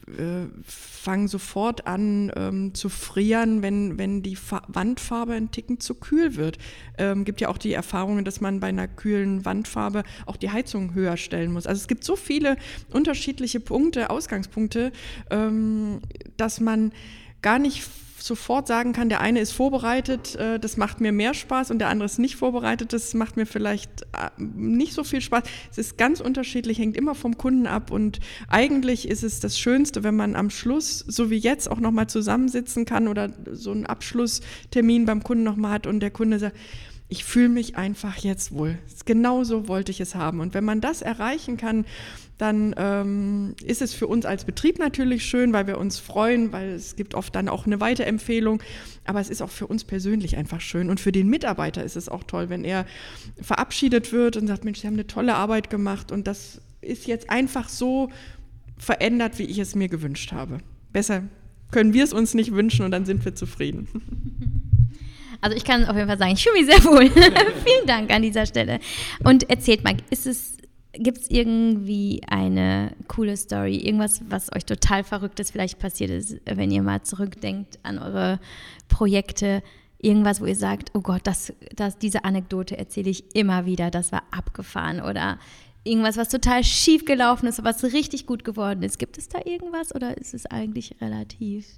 fangen sofort an zu frieren, wenn die Wandfarbe ein Ticken zu kühl wird. Gibt ja auch die Erfahrungen, dass man bei einer kühlen Wandfarbe auch die Heizung höher stellen muss. Also es gibt so viele unterschiedliche Punkte, Ausgangspunkte, dass man gar nicht sofort sagen kann, der eine ist vorbereitet, das macht mir mehr Spaß, und der andere ist nicht vorbereitet, das macht mir vielleicht nicht so viel Spaß. Es ist ganz unterschiedlich, hängt immer vom Kunden ab, und eigentlich ist es das Schönste, wenn man am Schluss, so wie jetzt, auch nochmal zusammensitzen kann oder so einen Abschlusstermin beim Kunden nochmal hat und der Kunde sagt, ich fühle mich einfach jetzt wohl. Genau so wollte ich es haben. Und wenn man das erreichen kann, dann ist es für uns als Betrieb natürlich schön, weil wir uns freuen, weil es gibt oft dann auch eine Weiterempfehlung. Aber es ist auch für uns persönlich einfach schön. Und für den Mitarbeiter ist es auch toll, wenn er verabschiedet wird und sagt, Mensch, Sie haben eine tolle Arbeit gemacht und das ist jetzt einfach so verändert, wie ich es mir gewünscht habe. Besser können wir es uns nicht wünschen, und dann sind wir zufrieden. Also ich kann auf jeden Fall sagen, ich fühle mich sehr wohl. Vielen Dank an dieser Stelle. Und erzählt mal, gibt es irgendwie eine coole Story, irgendwas, was euch total Verrücktes vielleicht passiert ist, wenn ihr mal zurückdenkt an eure Projekte, irgendwas, wo ihr sagt, oh Gott, diese Anekdote erzähle ich immer wieder, das war abgefahren, oder irgendwas, was total schief gelaufen ist, was richtig gut geworden ist. Gibt es da irgendwas, oder ist es eigentlich relativ...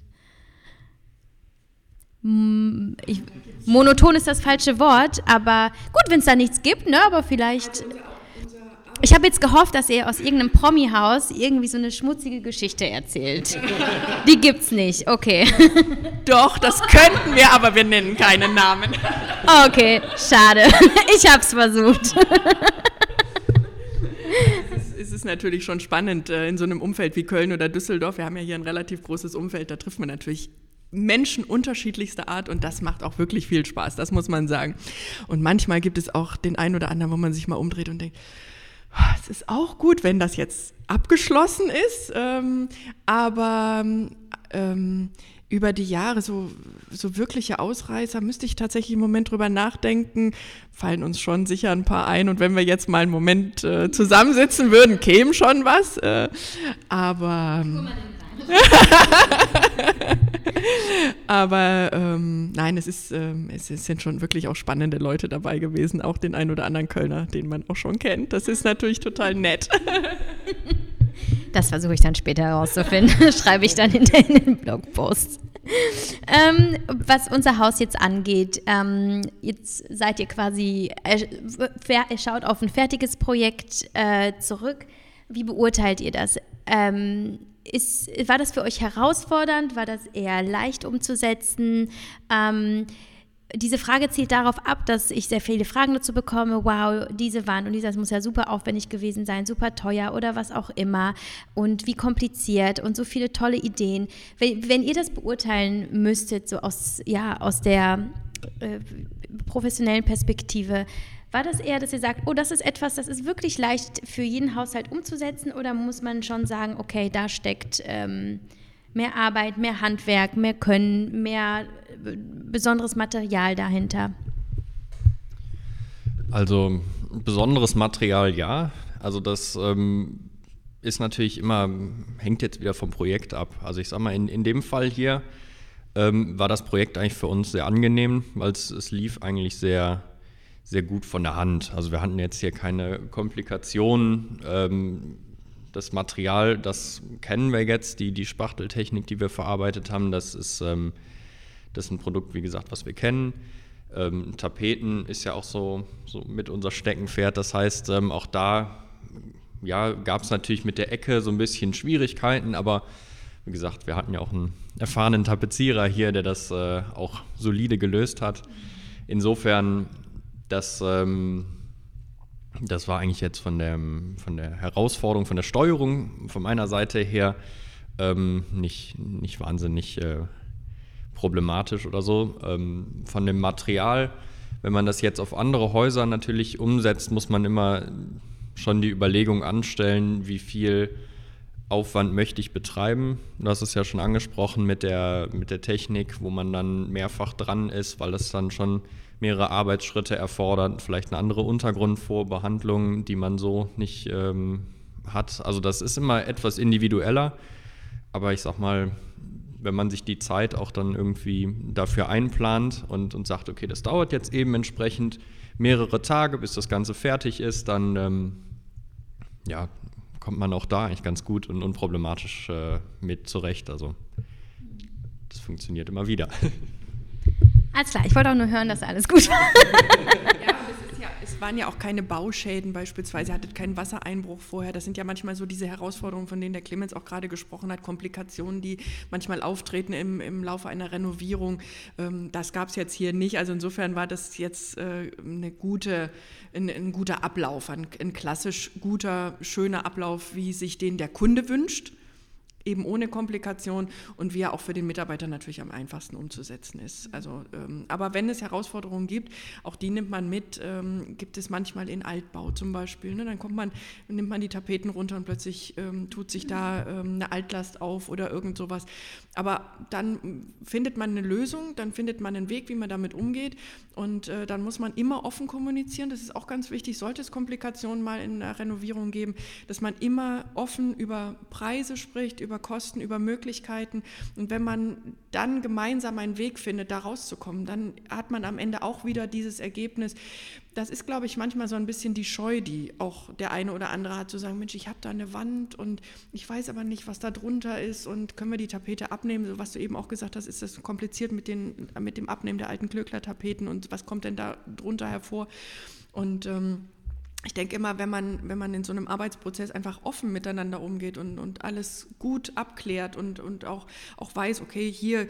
Monoton ist das falsche Wort, aber gut, wenn es da nichts gibt, ne, aber vielleicht... Ich habe jetzt gehofft, dass ihr aus irgendeinem Promi-Haus irgendwie so eine schmutzige Geschichte erzählt. Die gibt's nicht, okay. Doch, das könnten wir, aber wir nennen keinen Namen. Okay, schade. Ich hab's versucht. Es ist natürlich schon spannend in so einem Umfeld wie Köln oder Düsseldorf. Wir haben ja hier ein relativ großes Umfeld, da trifft man natürlich Menschen unterschiedlichster Art, und das macht auch wirklich viel Spaß, das muss man sagen. Und manchmal gibt es auch den einen oder anderen, wo man sich mal umdreht und denkt, es ist auch gut, wenn das jetzt abgeschlossen ist, aber über die Jahre so wirkliche Ausreißer, müsste ich tatsächlich im Moment drüber nachdenken, fallen uns schon sicher ein paar ein, und wenn wir jetzt mal einen Moment zusammensitzen würden, käme schon was, aber... Aber nein, es sind schon wirklich auch spannende Leute dabei gewesen, auch den einen oder anderen Kölner, den man auch schon kennt. Das ist natürlich total nett. Das versuche ich dann später herauszufinden, schreibe ich dann in den Blogposts. Was unser Haus jetzt angeht, jetzt seid ihr quasi, ihr schaut auf ein fertiges Projekt zurück. Wie beurteilt ihr das? War das für euch herausfordernd? War das eher leicht umzusetzen? Diese Frage zielt darauf ab, dass ich sehr viele Fragen dazu bekomme. Wow, diese Wand und das muss ja super aufwendig gewesen sein, super teuer oder was auch immer. Und wie kompliziert und so viele tolle Ideen. Wenn ihr das beurteilen müsstet, so aus der professionellen Perspektive, war das eher, dass ihr sagt, oh, das ist etwas, das ist wirklich leicht für jeden Haushalt umzusetzen, oder muss man schon sagen, okay, da steckt mehr Arbeit, mehr Handwerk, mehr Können, mehr besonderes Material dahinter? Also besonderes Material, ja. Also das ist natürlich immer, hängt jetzt wieder vom Projekt ab. Also ich sag mal, in dem Fall hier war das Projekt eigentlich für uns sehr angenehm, weil es lief eigentlich sehr, sehr gut von der Hand. Also wir hatten jetzt hier keine Komplikationen. Das Material, das kennen wir jetzt, die Spachteltechnik, die wir verarbeitet haben, das ist ein Produkt, wie gesagt, was wir kennen. Tapeten ist ja auch so mit unser Steckenpferd. Das heißt, auch da gab es natürlich mit der Ecke so ein bisschen Schwierigkeiten, aber wie gesagt, wir hatten ja auch einen erfahrenen Tapezierer hier, der das auch solide gelöst hat. Insofern, das war eigentlich jetzt von der Herausforderung, von der Steuerung von meiner Seite her nicht wahnsinnig problematisch oder so. Von dem Material, wenn man das jetzt auf andere Häuser natürlich umsetzt, muss man immer schon die Überlegung anstellen, wie viel Aufwand möchte ich betreiben. Du hast es ja schon angesprochen mit der Technik, wo man dann mehrfach dran ist, weil es dann schon mehrere Arbeitsschritte erfordert, vielleicht eine andere Untergrundvorbehandlung, die man so nicht hat. Also das ist immer etwas individueller. Aber ich sag mal, wenn man sich die Zeit auch dann irgendwie dafür einplant und sagt, okay, das dauert jetzt eben entsprechend mehrere Tage, bis das Ganze fertig ist, dann kommt man auch da eigentlich ganz gut und unproblematisch mit zurecht. Also das funktioniert immer wieder. Alles klar, ich wollte auch nur hören, dass alles gut war. Ja, es waren ja auch keine Bauschäden beispielsweise, ihr hattet keinen Wassereinbruch vorher. Das sind ja manchmal so diese Herausforderungen, von denen der Clemens auch gerade gesprochen hat, Komplikationen, die manchmal auftreten im Laufe einer Renovierung. Das gab es jetzt hier nicht. Also insofern war das jetzt ein guter Ablauf, ein klassisch guter, schöner Ablauf, wie sich den der Kunde wünscht. Eben ohne Komplikation und wie er auch für den Mitarbeiter natürlich am einfachsten umzusetzen ist. Also, aber wenn es Herausforderungen gibt, auch die nimmt man mit, gibt es manchmal in Altbau zum Beispiel, ne? Dann nimmt man die Tapeten runter und plötzlich tut sich da eine Altlast auf oder irgend sowas. Aber dann findet man eine Lösung, dann findet man einen Weg, wie man damit umgeht und dann muss man immer offen kommunizieren. Das ist auch ganz wichtig, sollte es Komplikationen mal in der Renovierung geben, dass man immer offen über Preise spricht, über Kosten, über Möglichkeiten und wenn man dann gemeinsam einen Weg findet, da rauszukommen, dann hat man am Ende auch wieder dieses Ergebnis. Das ist, glaube ich, manchmal so ein bisschen die Scheu, die auch der eine oder andere hat, zu sagen, Mensch, ich habe da eine Wand und ich weiß aber nicht, was da drunter ist und können wir die Tapete abnehmen, so was du eben auch gesagt hast, ist das kompliziert mit dem Abnehmen der alten Klöckler-Tapeten und was kommt denn da drunter hervor und ich denke immer, wenn man in so einem Arbeitsprozess einfach offen miteinander umgeht und alles gut abklärt und auch weiß, okay, hier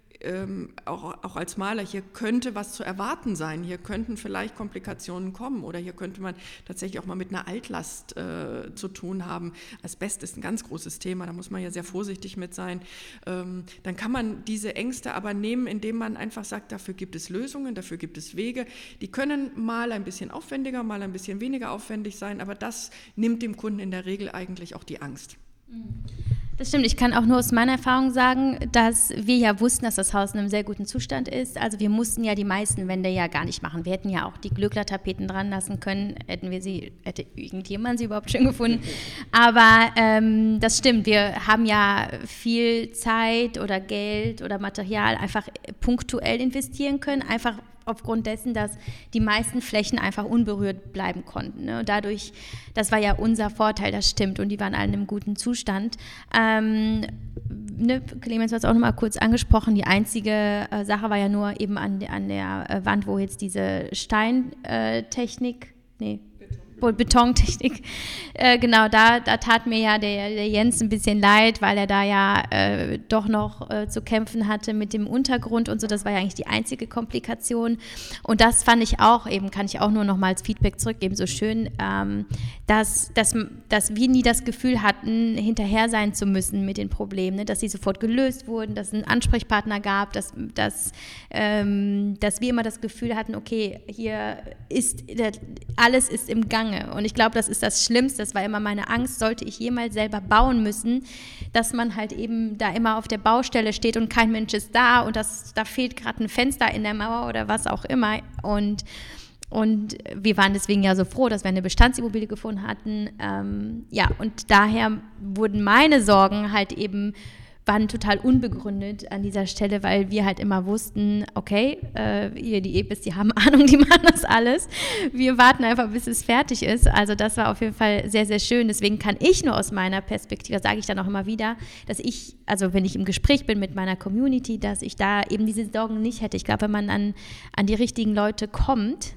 auch als Maler, hier könnte was zu erwarten sein, hier könnten vielleicht Komplikationen kommen oder hier könnte man tatsächlich auch mal mit einer Altlast zu tun haben. Asbest ist ein ganz großes Thema, da muss man ja sehr vorsichtig mit sein. Dann kann man diese Ängste aber nehmen, indem man einfach sagt, dafür gibt es Lösungen, dafür gibt es Wege. Die können mal ein bisschen aufwendiger, mal ein bisschen weniger aufwendig sein, aber das nimmt dem Kunden in der Regel eigentlich auch die Angst. Das stimmt, ich kann auch nur aus meiner Erfahrung sagen, dass wir ja wussten, dass das Haus in einem sehr guten Zustand ist. Also wir mussten ja die meisten Wände ja gar nicht machen. Wir hätten ja auch die Glöckler-Tapeten dran lassen können, hätte irgendjemand sie überhaupt schön gefunden. Aber das stimmt, wir haben ja viel Zeit oder Geld oder Material einfach punktuell investieren können, einfach aufgrund dessen, dass die meisten Flächen einfach unberührt bleiben konnten. Ne? Und dadurch, das war ja unser Vorteil, das stimmt, und die waren alle in einem guten Zustand. Clemens hat es auch noch mal kurz angesprochen, die einzige Sache war ja nur eben an der Wand, wo jetzt diese Betontechnik, genau, da tat mir ja der Jens ein bisschen leid, weil er da ja doch noch zu kämpfen hatte mit dem Untergrund und so, das war ja eigentlich die einzige Komplikation und das fand ich auch, eben kann ich auch nur noch mal als Feedback zurückgeben, so schön, dass wir nie das Gefühl hatten, hinterher sein zu müssen mit den Problemen, ne? Dass sie sofort gelöst wurden, dass es einen Ansprechpartner gab, dass wir immer das Gefühl hatten, okay, hier ist alles ist im Gange. Und ich glaube, das ist das Schlimmste. Das war immer meine Angst, sollte ich jemals selber bauen müssen, dass man halt eben da immer auf der Baustelle steht und kein Mensch ist da und da fehlt gerade ein Fenster in der Mauer oder was auch immer. Und wir waren deswegen ja so froh, dass wir eine Bestandsimmobilie gefunden hatten. Und daher wurden meine Sorgen halt eben waren total unbegründet an dieser Stelle, weil wir halt immer wussten, okay, die EBIS, die haben Ahnung, die machen das alles. Wir warten einfach, bis es fertig ist. Also das war auf jeden Fall sehr, sehr schön. Deswegen kann ich nur aus meiner Perspektive, sage ich dann auch immer wieder, dass ich, also wenn ich im Gespräch bin mit meiner Community, dass ich da eben diese Sorgen nicht hätte. Ich glaube, wenn man an die richtigen Leute kommt,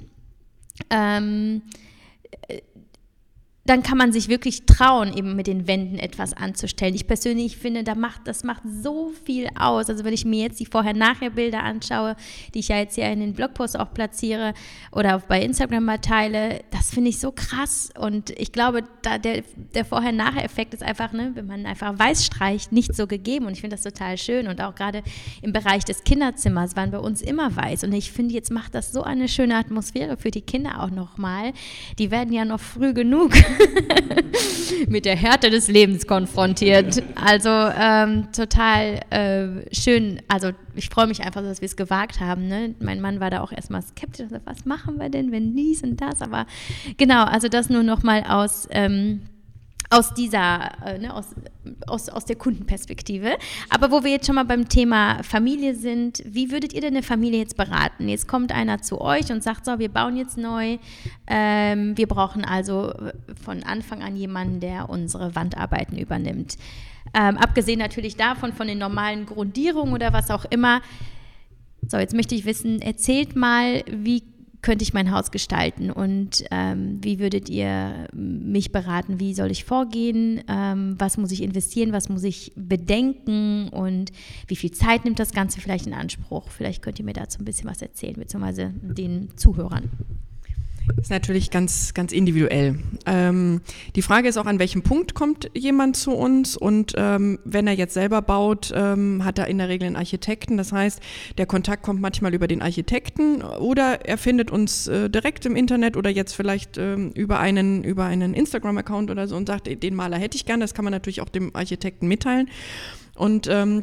dann kann man sich wirklich trauen, eben mit den Wänden etwas anzustellen. Ich persönlich finde, das macht so viel aus. Also wenn ich mir jetzt die Vorher-Nachher-Bilder anschaue, die ich ja jetzt hier in den Blogpost auch platziere oder auch bei Instagram mal teile, das finde ich so krass. Und ich glaube, der Vorher-Nachher-Effekt ist einfach, ne, wenn man einfach weiß streicht, nicht so gegeben. Und ich finde das total schön. Und auch gerade im Bereich des Kinderzimmers waren bei uns immer weiß. Und ich finde, jetzt macht das so eine schöne Atmosphäre für die Kinder auch nochmal. Die werden ja noch früh genug mit der Härte des Lebens konfrontiert. Also total schön. Also ich freue mich einfach, dass wir es gewagt haben. Ne? Mein Mann war da auch erstmal skeptisch. Also, was machen wir denn, wenn dies und das? Aber genau, also das nur noch mal aus aus dieser, aus der Kundenperspektive. Aber wo wir jetzt schon mal beim Thema Familie sind, wie würdet ihr denn eine Familie jetzt beraten? Jetzt kommt einer zu euch und sagt, so, wir bauen jetzt neu. Wir brauchen also von Anfang an jemanden, der unsere Wandarbeiten übernimmt. Abgesehen natürlich davon, von den normalen Grundierungen oder was auch immer. So, jetzt möchte ich wissen, erzählt mal, wie könnte ich mein Haus gestalten und wie würdet ihr mich beraten, wie soll ich vorgehen, was muss ich investieren, was muss ich bedenken und wie viel Zeit nimmt das Ganze vielleicht in Anspruch? Vielleicht könnt ihr mir dazu ein bisschen was erzählen, beziehungsweise den Zuhörern. Das ist natürlich ganz, ganz individuell. Die Frage ist auch, an welchem Punkt kommt jemand zu uns und wenn er jetzt selber baut, hat er in der Regel einen Architekten. Das heißt, der Kontakt kommt manchmal über den Architekten oder er findet uns direkt im Internet oder jetzt vielleicht über einen Instagram-Account oder so und sagt, den Maler hätte ich gerne. Das kann man natürlich auch dem Architekten mitteilen. Und dann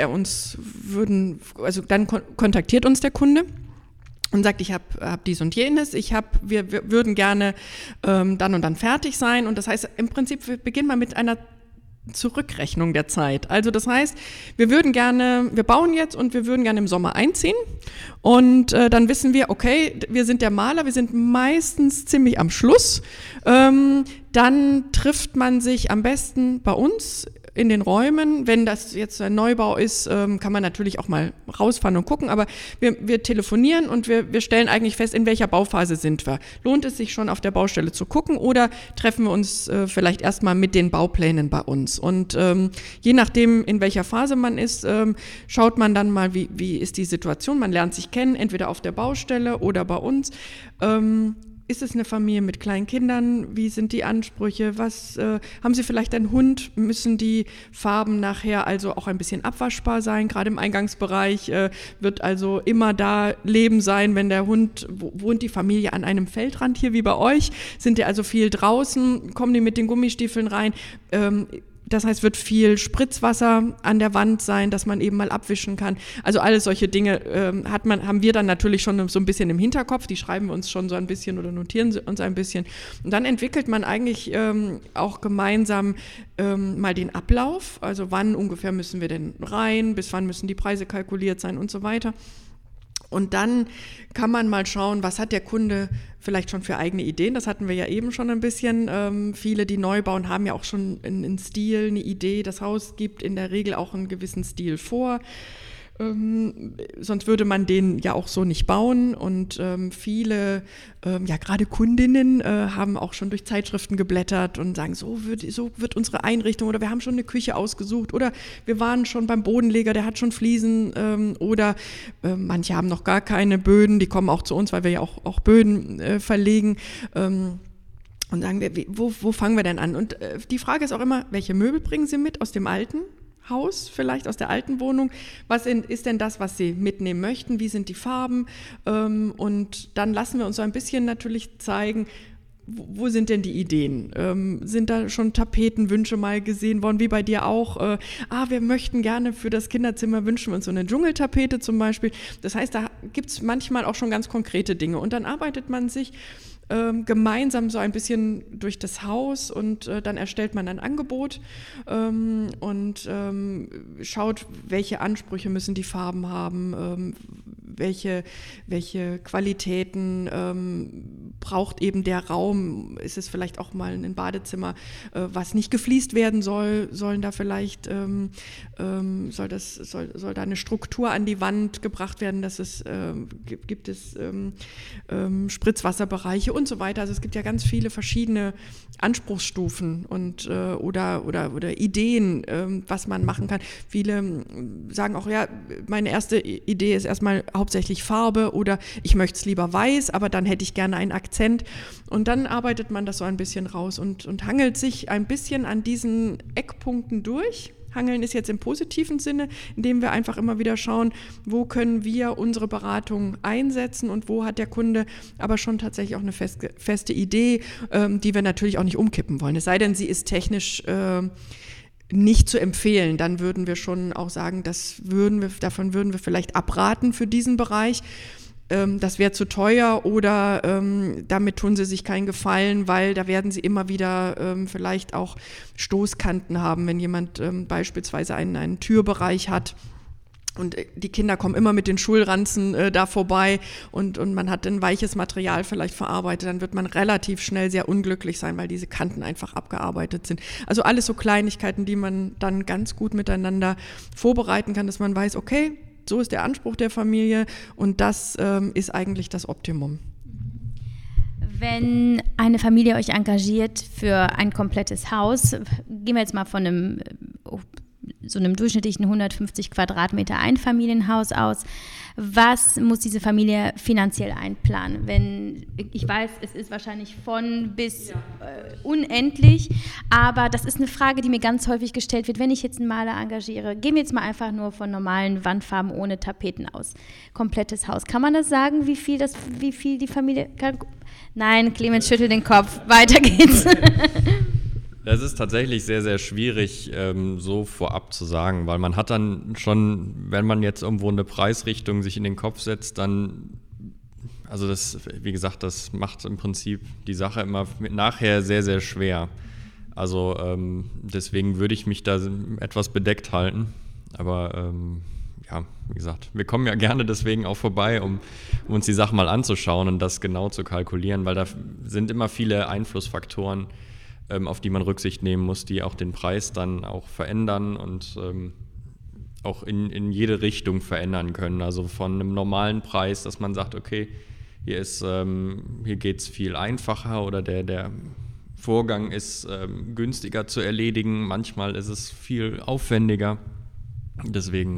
dann kontaktiert uns der Kunde und sagt, ich hab dies und jenes, wir würden gerne dann und dann fertig sein. Und das heißt, im Prinzip, wir beginnen mal mit einer Zurückrechnung der Zeit. Also das heißt, wir bauen jetzt und wir würden gerne im Sommer einziehen. Und dann wissen wir, okay, wir sind der Maler, wir sind meistens ziemlich am Schluss. Dann trifft man sich am besten bei uns in den Räumen. Wenn das jetzt ein Neubau ist, kann man natürlich auch mal rausfahren und gucken, aber wir telefonieren und wir stellen eigentlich fest, in welcher Bauphase sind wir. Lohnt es sich schon auf der Baustelle zu gucken oder treffen wir uns vielleicht erstmal mit den Bauplänen bei uns? Und je nachdem, in welcher Phase man ist, schaut man dann mal, wie ist die Situation. Man lernt sich kennen, entweder auf der Baustelle oder bei uns. Ist es eine Familie mit kleinen Kindern? Wie sind die Ansprüche? Haben Sie vielleicht einen Hund? Müssen die Farben nachher also auch ein bisschen abwaschbar sein? Gerade im Eingangsbereich wird also immer da Leben sein, wenn der Hund, wohnt die Familie an einem Feldrand hier wie bei euch? Sind die also viel draußen? Kommen die mit den Gummistiefeln rein? Das heißt, wird viel Spritzwasser an der Wand sein, dass man eben mal abwischen kann. Also alles solche Dinge haben wir dann natürlich schon so ein bisschen im Hinterkopf. Die schreiben wir uns schon so ein bisschen oder notieren sie uns ein bisschen. Und dann entwickelt man eigentlich auch gemeinsam mal den Ablauf. Also wann ungefähr müssen wir denn rein, bis wann müssen die Preise kalkuliert sein und so weiter. Und dann kann man mal schauen, was hat der Kunde vielleicht schon für eigene Ideen. Das hatten wir ja eben schon ein bisschen. Viele, die neu bauen, haben ja auch schon einen Stil, eine Idee. Das Haus gibt in der Regel auch einen gewissen Stil vor. Sonst würde man den ja auch so nicht bauen und viele, gerade Kundinnen haben auch schon durch Zeitschriften geblättert und sagen, so wird unsere Einrichtung oder wir haben schon eine Küche ausgesucht oder wir waren schon beim Bodenleger, der hat schon Fliesen oder manche haben noch gar keine Böden, die kommen auch zu uns, weil wir ja auch Böden verlegen. Und sagen wir, wo fangen wir denn an? Und die Frage ist auch immer, welche Möbel bringen Sie mit aus dem alten Haus, vielleicht aus der alten Wohnung? Was ist denn das, was Sie mitnehmen möchten? Wie sind die Farben? Und dann lassen wir uns so ein bisschen natürlich zeigen, wo sind denn die Ideen? Sind da schon Tapetenwünsche mal gesehen worden, wie bei dir auch? Wir möchten gerne für das Kinderzimmer, wünschen wir uns so eine Dschungeltapete zum Beispiel. Das heißt, da gibt es manchmal auch schon ganz konkrete Dinge. Und dann arbeitet man sich gemeinsam so ein bisschen durch das Haus und dann erstellt man ein Angebot und schaut, welche Ansprüche müssen die Farben haben, welche Qualitäten braucht eben der Raum. Ist es vielleicht auch mal ein Badezimmer, was nicht gefliest werden soll? Sollen da vielleicht soll da eine Struktur an die Wand gebracht werden, dass gibt es Spritzwasserbereiche und so weiter. Also es gibt ja ganz viele verschiedene Anspruchsstufen und oder Ideen, was man machen kann. Viele sagen auch, ja, meine erste Idee ist erstmal hauptsächlich Farbe oder ich möchte es lieber weiß, aber dann hätte ich gerne einen Akzent. Und dann arbeitet man das so ein bisschen raus und hangelt sich ein bisschen an diesen Eckpunkten durch. Hangeln ist jetzt im positiven Sinne, indem wir einfach immer wieder schauen, wo können wir unsere Beratung einsetzen und wo hat der Kunde aber schon tatsächlich auch eine feste Idee, die wir natürlich auch nicht umkippen wollen. Es sei denn, sie ist technisch nicht zu empfehlen, dann würden wir schon auch sagen, davon würden wir vielleicht abraten für diesen Bereich. das wäre zu teuer oder damit tun sie sich keinen Gefallen, weil da werden sie immer wieder vielleicht auch Stoßkanten haben, wenn jemand beispielsweise einen Türbereich hat. Und die Kinder kommen immer mit den Schulranzen da vorbei und man hat ein weiches Material vielleicht verarbeitet, dann wird man relativ schnell sehr unglücklich sein, weil diese Kanten einfach abgearbeitet sind. Also alles so Kleinigkeiten, die man dann ganz gut miteinander vorbereiten kann, dass man weiß, okay, so ist der Anspruch der Familie und das ist eigentlich das Optimum. Wenn eine Familie euch engagiert für ein komplettes Haus, gehen wir jetzt mal von so einem durchschnittlichen 150 Quadratmeter Einfamilienhaus aus. Was muss diese Familie finanziell einplanen? Wenn ich weiß, es ist wahrscheinlich von bis unendlich, aber das ist eine Frage, die mir ganz häufig gestellt wird, wenn ich jetzt einen Maler engagiere. Gehen wir jetzt mal einfach nur von normalen Wandfarben ohne Tapeten aus. Komplettes Haus. Kann man das sagen, wie viel die Familie kann? Nein, Clemens schüttelt den Kopf. Weiter geht's. Das ist tatsächlich sehr, sehr schwierig, so vorab zu sagen, weil man hat dann schon, wenn man jetzt irgendwo eine Preisrichtung sich in den Kopf setzt, dann, also das, wie gesagt, das macht im Prinzip die Sache immer nachher sehr, sehr schwer. Also deswegen würde ich mich da etwas bedeckt halten, aber ja, wie gesagt, wir kommen ja gerne deswegen auch vorbei, um uns die Sachen mal anzuschauen und das genau zu kalkulieren, weil da sind immer viele Einflussfaktoren, auf die man Rücksicht nehmen muss, die auch den Preis dann auch verändern und auch in jede Richtung verändern können. Also von einem normalen Preis, dass man sagt, okay, hier geht es viel einfacher oder der Vorgang ist günstiger zu erledigen. Manchmal ist es viel aufwendiger. Deswegen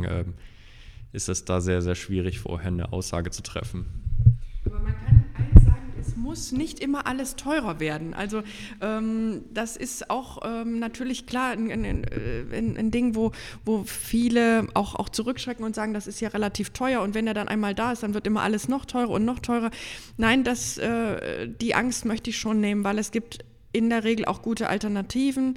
ist es da sehr, sehr schwierig, vorher eine Aussage zu treffen. Aber man kann eins sagen, es muss nicht immer alles teurer werden. Also das ist auch natürlich klar ein Ding, wo viele auch zurückschrecken und sagen, das ist ja relativ teuer und wenn er dann einmal da ist, dann wird immer alles noch teurer und noch teurer. Nein, die Angst möchte ich schon nehmen, weil es gibt in der Regel auch gute Alternativen,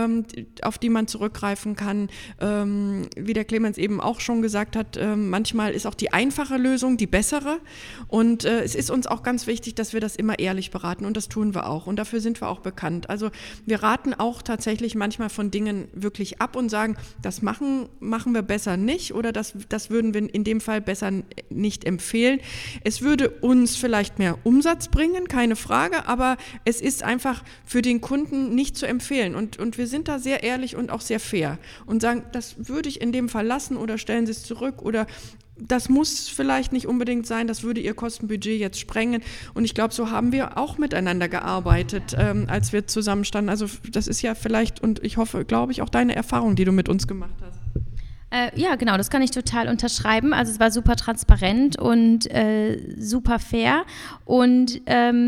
auf die man zurückgreifen kann. Wie der Clemens eben auch schon gesagt hat, manchmal ist auch die einfache Lösung die bessere. Und es ist uns auch ganz wichtig, dass wir das immer ehrlich beraten. Und das tun wir auch. Und dafür sind wir auch bekannt. Also wir raten auch tatsächlich manchmal von Dingen wirklich ab und sagen, das machen wir besser nicht oder das würden wir in dem Fall besser nicht empfehlen. Es würde uns vielleicht mehr Umsatz bringen, keine Frage, aber es ist einfach für den Kunden nicht zu empfehlen. Und wir sind da sehr ehrlich und auch sehr fair und sagen, das würde ich in dem Fall lassen oder stellen Sie es zurück oder das muss vielleicht nicht unbedingt sein, das würde Ihr Kostenbudget jetzt sprengen. Und ich glaube, so haben wir auch miteinander gearbeitet, als wir zusammenstanden. Also das ist ja vielleicht, und ich hoffe, glaube ich, auch deine Erfahrung, die du mit uns gemacht hast. Ja, genau, das kann ich total unterschreiben. Also es war super transparent und super fair und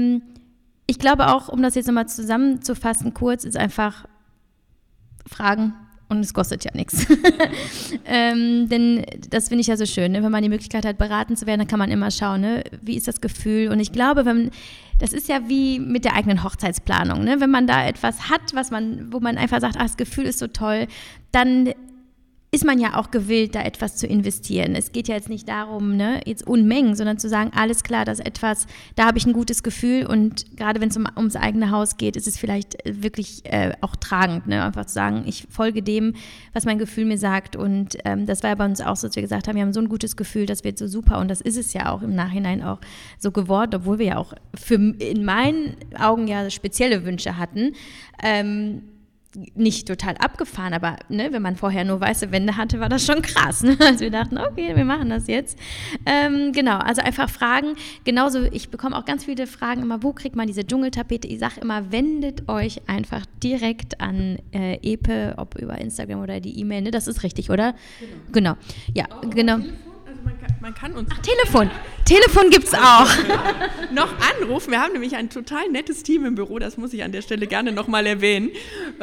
ich glaube auch, um das jetzt nochmal zusammenzufassen, kurz, ist einfach Fragen und es kostet ja nichts. Denn das finde ich ja so schön, ne? Wenn man die Möglichkeit hat, beraten zu werden, dann kann man immer schauen, ne? Wie ist das Gefühl? Und ich glaube, das ist ja wie mit der eigenen Hochzeitsplanung. Ne? Wenn man da etwas hat, wo man einfach sagt, das Gefühl ist so toll, dann ist man ja auch gewillt, da etwas zu investieren. Es geht ja jetzt nicht darum, ne, jetzt Unmengen, sondern zu sagen, alles klar, das ist etwas, da habe ich ein gutes Gefühl und gerade wenn es ums eigene Haus geht, ist es vielleicht wirklich auch tragend, ne, einfach zu sagen, ich folge dem, was mein Gefühl mir sagt und das war ja bei uns auch so, dass wir gesagt haben, wir haben so ein gutes Gefühl, das wird so super und das ist es ja auch im Nachhinein auch so geworden, obwohl wir ja auch in meinen Augen ja spezielle Wünsche hatten, nicht total abgefahren, aber ne, wenn man vorher nur weiße Wände hatte, war das schon krass. Ne? Also wir dachten, okay, wir machen das jetzt. Genau, also einfach Fragen. Genauso, ich bekomme auch ganz viele Fragen immer, wo kriegt man diese Dschungeltapete? Ich sage immer, wendet euch einfach direkt an Epe, ob über Instagram oder die E-Mail. Ne? Das ist richtig, oder? Genau. Ja, genau. Man kann uns... Ach, Telefon. Telefon gibt's auch. noch anrufen. Wir haben nämlich ein total nettes Team im Büro, das muss ich an der Stelle gerne nochmal erwähnen,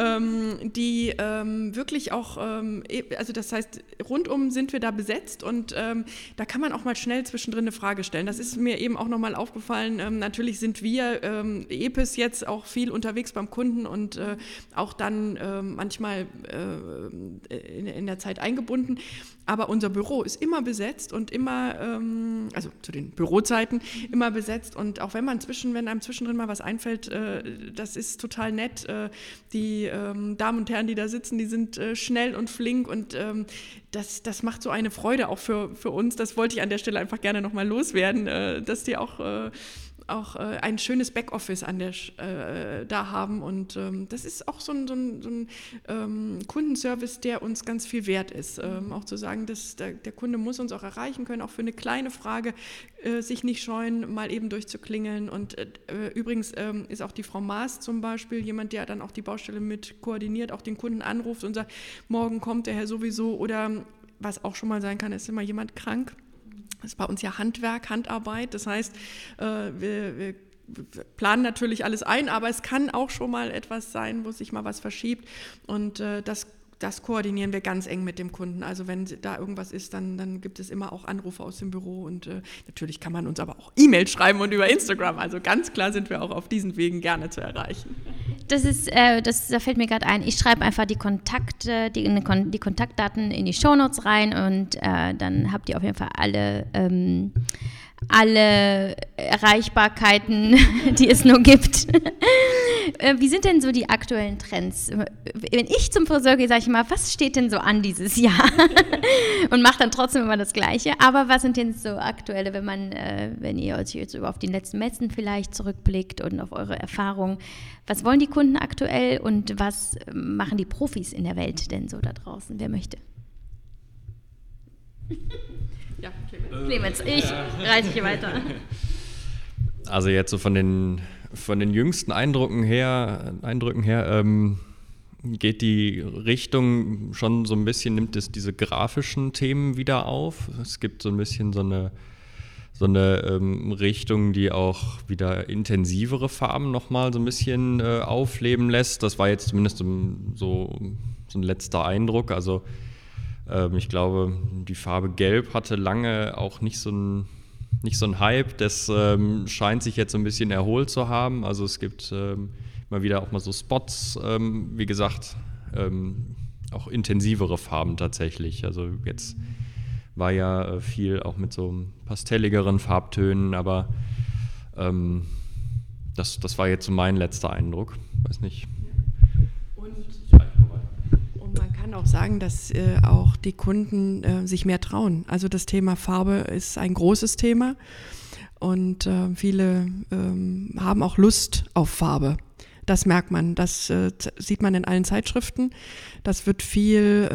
die wirklich auch, also das heißt, rundum sind wir da besetzt und da kann man auch mal schnell zwischendrin eine Frage stellen. Das ist mir eben auch nochmal aufgefallen. Natürlich sind wir EPES jetzt auch viel unterwegs beim Kunden und auch dann manchmal in der Zeit eingebunden. Aber unser Büro ist immer besetzt und immer immer, also zu den Bürozeiten, immer besetzt. Und auch wenn einem zwischendrin mal was einfällt, das ist total nett. Die Damen und Herren, die da sitzen, die sind schnell und flink und das macht so eine Freude auch für uns. Das wollte ich an der Stelle einfach gerne nochmal loswerden, dass die auch ein schönes Backoffice da haben und das ist auch so ein Kundenservice, der uns ganz viel wert ist. Auch zu sagen, dass der Kunde muss uns auch erreichen können, auch für eine kleine Frage sich nicht scheuen, mal eben durchzuklingeln und übrigens ist auch die Frau Maas zum Beispiel jemand, der dann auch die Baustelle mit koordiniert, auch den Kunden anruft und sagt, morgen kommt der Herr sowieso oder was auch schon mal sein kann, ist immer jemand krank. Das ist bei uns ja Handarbeit, das heißt, wir planen natürlich alles ein, aber es kann auch schon mal etwas sein, wo sich mal was verschiebt und das koordinieren wir ganz eng mit dem Kunden. Also wenn da irgendwas ist, dann gibt es immer auch Anrufe aus dem Büro und natürlich kann man uns aber auch E-Mails schreiben und über Instagram. Also ganz klar sind wir auch auf diesen Wegen gerne zu erreichen. Da fällt mir gerade ein, ich schreibe einfach die Kontaktdaten in die Shownotes rein und dann habt ihr auf jeden Fall alle Erreichbarkeiten, die es nur gibt. Wie sind denn so die aktuellen Trends? Wenn ich zum Friseur gehe, sage ich mal, was steht denn so an dieses Jahr? Und mache dann trotzdem immer das Gleiche. Aber was sind denn so aktuelle, wenn ihr euch jetzt auf die letzten Messen vielleicht zurückblickt und auf eure Erfahrungen, was wollen die Kunden aktuell und was machen die Profis in der Welt denn so da draußen? Wer möchte? Ja, Clemens, ich reiche hier weiter. Also jetzt so von den jüngsten Eindrücken her geht die Richtung schon so ein bisschen, nimmt es diese grafischen Themen wieder auf. Es gibt so ein bisschen so eine Richtung, die auch wieder intensivere Farben nochmal so ein bisschen aufleben lässt. Das war jetzt zumindest so ein letzter Eindruck. Also ich glaube, die Farbe Gelb hatte lange auch nicht so ein Hype. Das scheint sich jetzt so ein bisschen erholt zu haben. Also es gibt immer wieder auch mal so Spots, wie gesagt, auch intensivere Farben tatsächlich. Also jetzt war ja viel auch mit so pastelligeren Farbtönen, aber das war jetzt so mein letzter Eindruck. Weiß nicht. Und man kann auch sagen, dass auch die Kunden sich mehr trauen. Also das Thema Farbe ist ein großes Thema und viele haben auch Lust auf Farbe. Das merkt man, das sieht man in allen Zeitschriften. Das wird viel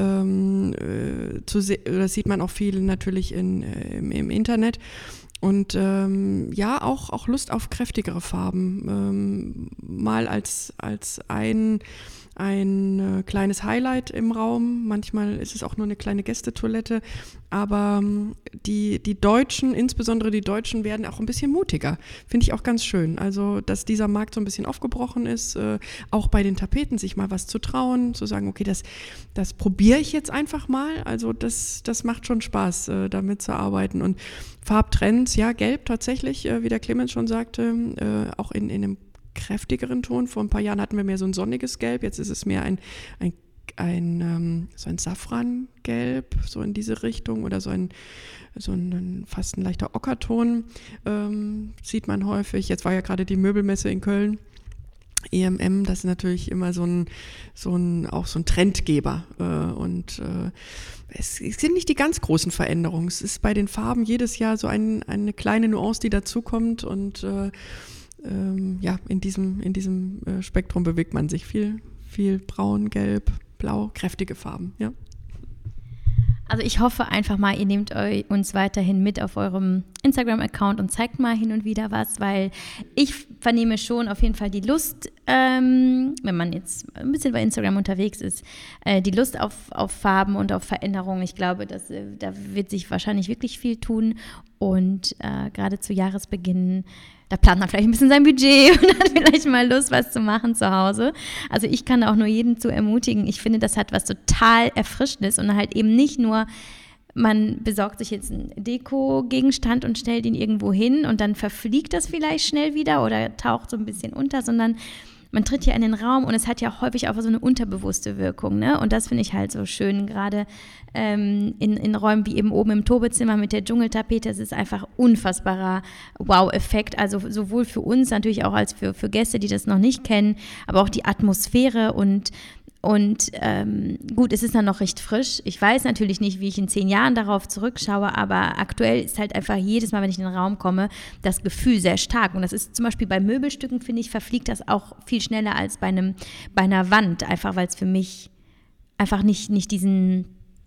das sieht man auch viel natürlich im Internet. Und auch Lust auf kräftigere Farben. Mal als ein kleines Highlight im Raum. Manchmal ist es auch nur eine kleine Gästetoilette. Aber die Deutschen, insbesondere die Deutschen, werden auch ein bisschen mutiger. Finde ich auch ganz schön. Also, dass dieser Markt so ein bisschen aufgebrochen ist, auch bei den Tapeten sich mal was zu trauen, zu sagen, okay, das probiere ich jetzt einfach mal. Also, das macht schon Spaß, damit zu arbeiten. Und Farbtrends, ja, Gelb tatsächlich, wie der Clemens schon sagte, auch in einem kräftigeren Ton. Vor ein paar Jahren hatten wir mehr so ein sonniges Gelb, jetzt ist es mehr so ein Safrangelb, so in diese Richtung oder so ein fast ein leichter Ockerton, sieht man häufig. Jetzt war ja gerade die Möbelmesse in Köln. EMM, das ist natürlich immer so ein Trendgeber und es sind nicht die ganz großen Veränderungen. Es ist bei den Farben jedes Jahr so eine kleine Nuance, die dazukommt und in diesem Spektrum bewegt man sich viel braun, gelb, blau, kräftige Farben, ja. Also ich hoffe einfach mal, ihr nehmt uns weiterhin mit auf eurem Instagram-Account und zeigt mal hin und wieder was, weil ich vernehme schon auf jeden Fall die Lust, wenn man jetzt ein bisschen bei Instagram unterwegs ist, die Lust auf Farben und auf Veränderungen. Ich glaube, da wird sich wahrscheinlich wirklich viel tun und gerade zu Jahresbeginn, da plant man vielleicht ein bisschen sein Budget und hat vielleicht mal Lust, was zu machen zu Hause. Also ich kann auch nur jeden zu ermutigen. Ich finde, das hat was total Erfrischendes und halt eben nicht nur, man besorgt sich jetzt einen Deko-Gegenstand und stellt ihn irgendwo hin und dann verfliegt das vielleicht schnell wieder oder taucht so ein bisschen unter, sondern man tritt ja in den Raum und es hat ja häufig auch so eine unterbewusste Wirkung, ne? Und das finde ich halt so schön, gerade in Räumen wie eben oben im Tobezimmer mit der Dschungeltapete. Es ist einfach unfassbarer Wow-Effekt, also sowohl für uns natürlich auch als für Gäste, die das noch nicht kennen, aber auch die Atmosphäre und gut, es ist dann noch recht frisch. Ich weiß natürlich nicht, wie ich in 10 Jahren darauf zurückschaue, aber aktuell ist halt einfach jedes Mal, wenn ich in den Raum komme, das Gefühl sehr stark. Und das ist zum Beispiel bei Möbelstücken, finde ich, verfliegt das auch viel schneller als bei einer Wand, einfach weil es für mich einfach nicht diesen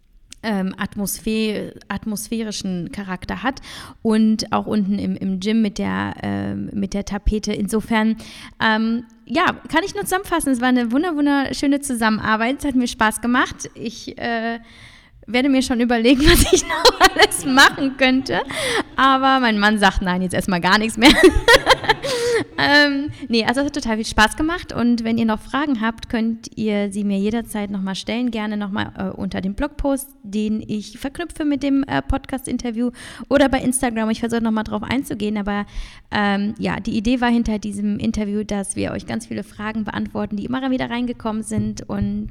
atmosphärischen Charakter hat und auch unten im Gym mit der Tapete. Insofern, kann ich nur zusammenfassen, es war eine wunderschöne Zusammenarbeit, es hat mir Spaß gemacht. Ich werde mir schon überlegen, was ich noch alles machen könnte, aber mein Mann sagt, nein, jetzt erstmal gar nichts mehr. Also es hat total viel Spaß gemacht und wenn ihr noch Fragen habt, könnt ihr sie mir jederzeit nochmal stellen, gerne nochmal unter dem Blogpost, den ich verknüpfe mit dem Podcast-Interview oder bei Instagram. Ich versuche nochmal drauf einzugehen, aber die Idee war hinter diesem Interview, dass wir euch ganz viele Fragen beantworten, die immer wieder reingekommen sind und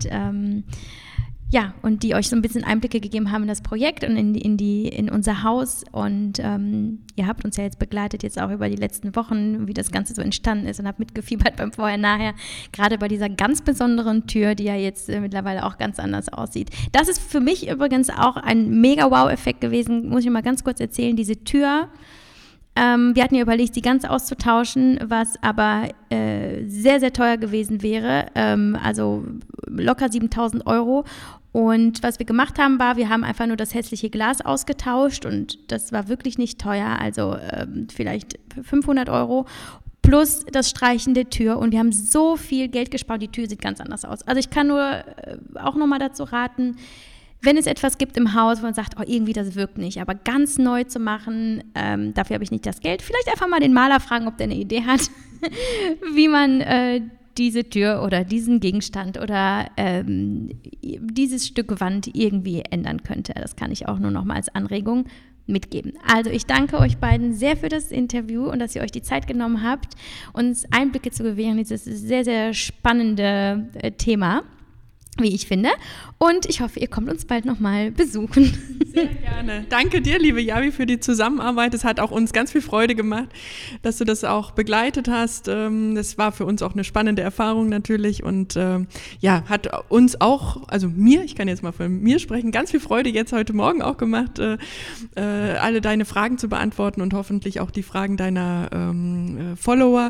die euch so ein bisschen Einblicke gegeben haben in das Projekt und in unser Haus. Und ihr habt uns ja jetzt begleitet, jetzt auch über die letzten Wochen, wie das Ganze so entstanden ist und habt mitgefiebert beim Vorher-Nachher. Gerade bei dieser ganz besonderen Tür, die ja jetzt mittlerweile auch ganz anders aussieht. Das ist für mich übrigens auch ein mega Wow-Effekt gewesen, muss ich mal ganz kurz erzählen. Diese Tür, wir hatten ja überlegt, sie ganz auszutauschen, was aber sehr, sehr teuer gewesen wäre, also locker 7.000 €. Und was wir gemacht haben, wir haben einfach nur das hässliche Glas ausgetauscht und das war wirklich nicht teuer, also vielleicht 500 € plus das Streichen der Tür und wir haben so viel Geld gespart, die Tür sieht ganz anders aus. Also ich kann nur auch nochmal dazu raten, wenn es etwas gibt im Haus, wo man sagt, irgendwie das wirkt nicht, aber ganz neu zu machen, dafür habe ich nicht das Geld. Vielleicht einfach mal den Maler fragen, ob der eine Idee hat, wie man diese Tür oder diesen Gegenstand oder dieses Stück Wand irgendwie ändern könnte. Das kann ich auch nur noch mal als Anregung mitgeben. Also ich danke euch beiden sehr für das Interview und dass ihr euch die Zeit genommen habt, uns Einblicke zu gewähren, dieses sehr, sehr spannende Thema, wie ich finde. Und ich hoffe, ihr kommt uns bald nochmal besuchen. Sehr gerne. Danke dir, liebe Javi, für die Zusammenarbeit. Es hat auch uns ganz viel Freude gemacht, dass du das auch begleitet hast. Das war für uns auch eine spannende Erfahrung natürlich und hat uns auch, also mir, ich kann jetzt mal von mir sprechen, ganz viel Freude jetzt heute Morgen auch gemacht, alle deine Fragen zu beantworten und hoffentlich auch die Fragen deiner Follower.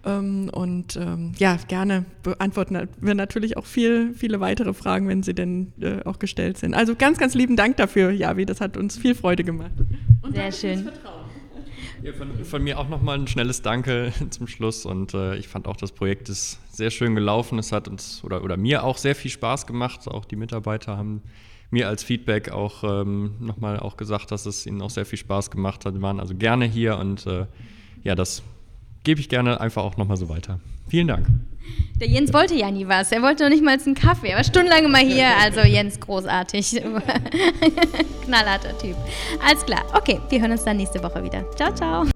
Gerne beantworten wir natürlich auch viele weitere Fragen, wenn sie denn auch gestellt sind. Also ganz, ganz lieben Dank dafür, Javi. Das hat uns viel Freude gemacht. Und sehr schön. Ja, von mir auch nochmal ein schnelles Danke zum Schluss. Und ich fand auch, das Projekt ist sehr schön gelaufen. Es hat uns oder mir auch sehr viel Spaß gemacht. Auch die Mitarbeiter haben mir als Feedback auch nochmal auch gesagt, dass es ihnen auch sehr viel Spaß gemacht hat. Wir waren also gerne hier und das gebe ich gerne einfach auch nochmal so weiter. Vielen Dank. Der Jens wollte ja nie was. Er wollte noch nicht mal einen Kaffee. Er war stundenlang immer hier. Also Jens, großartig. Knallharter Typ. Alles klar. Okay, wir hören uns dann nächste Woche wieder. Ciao, ciao.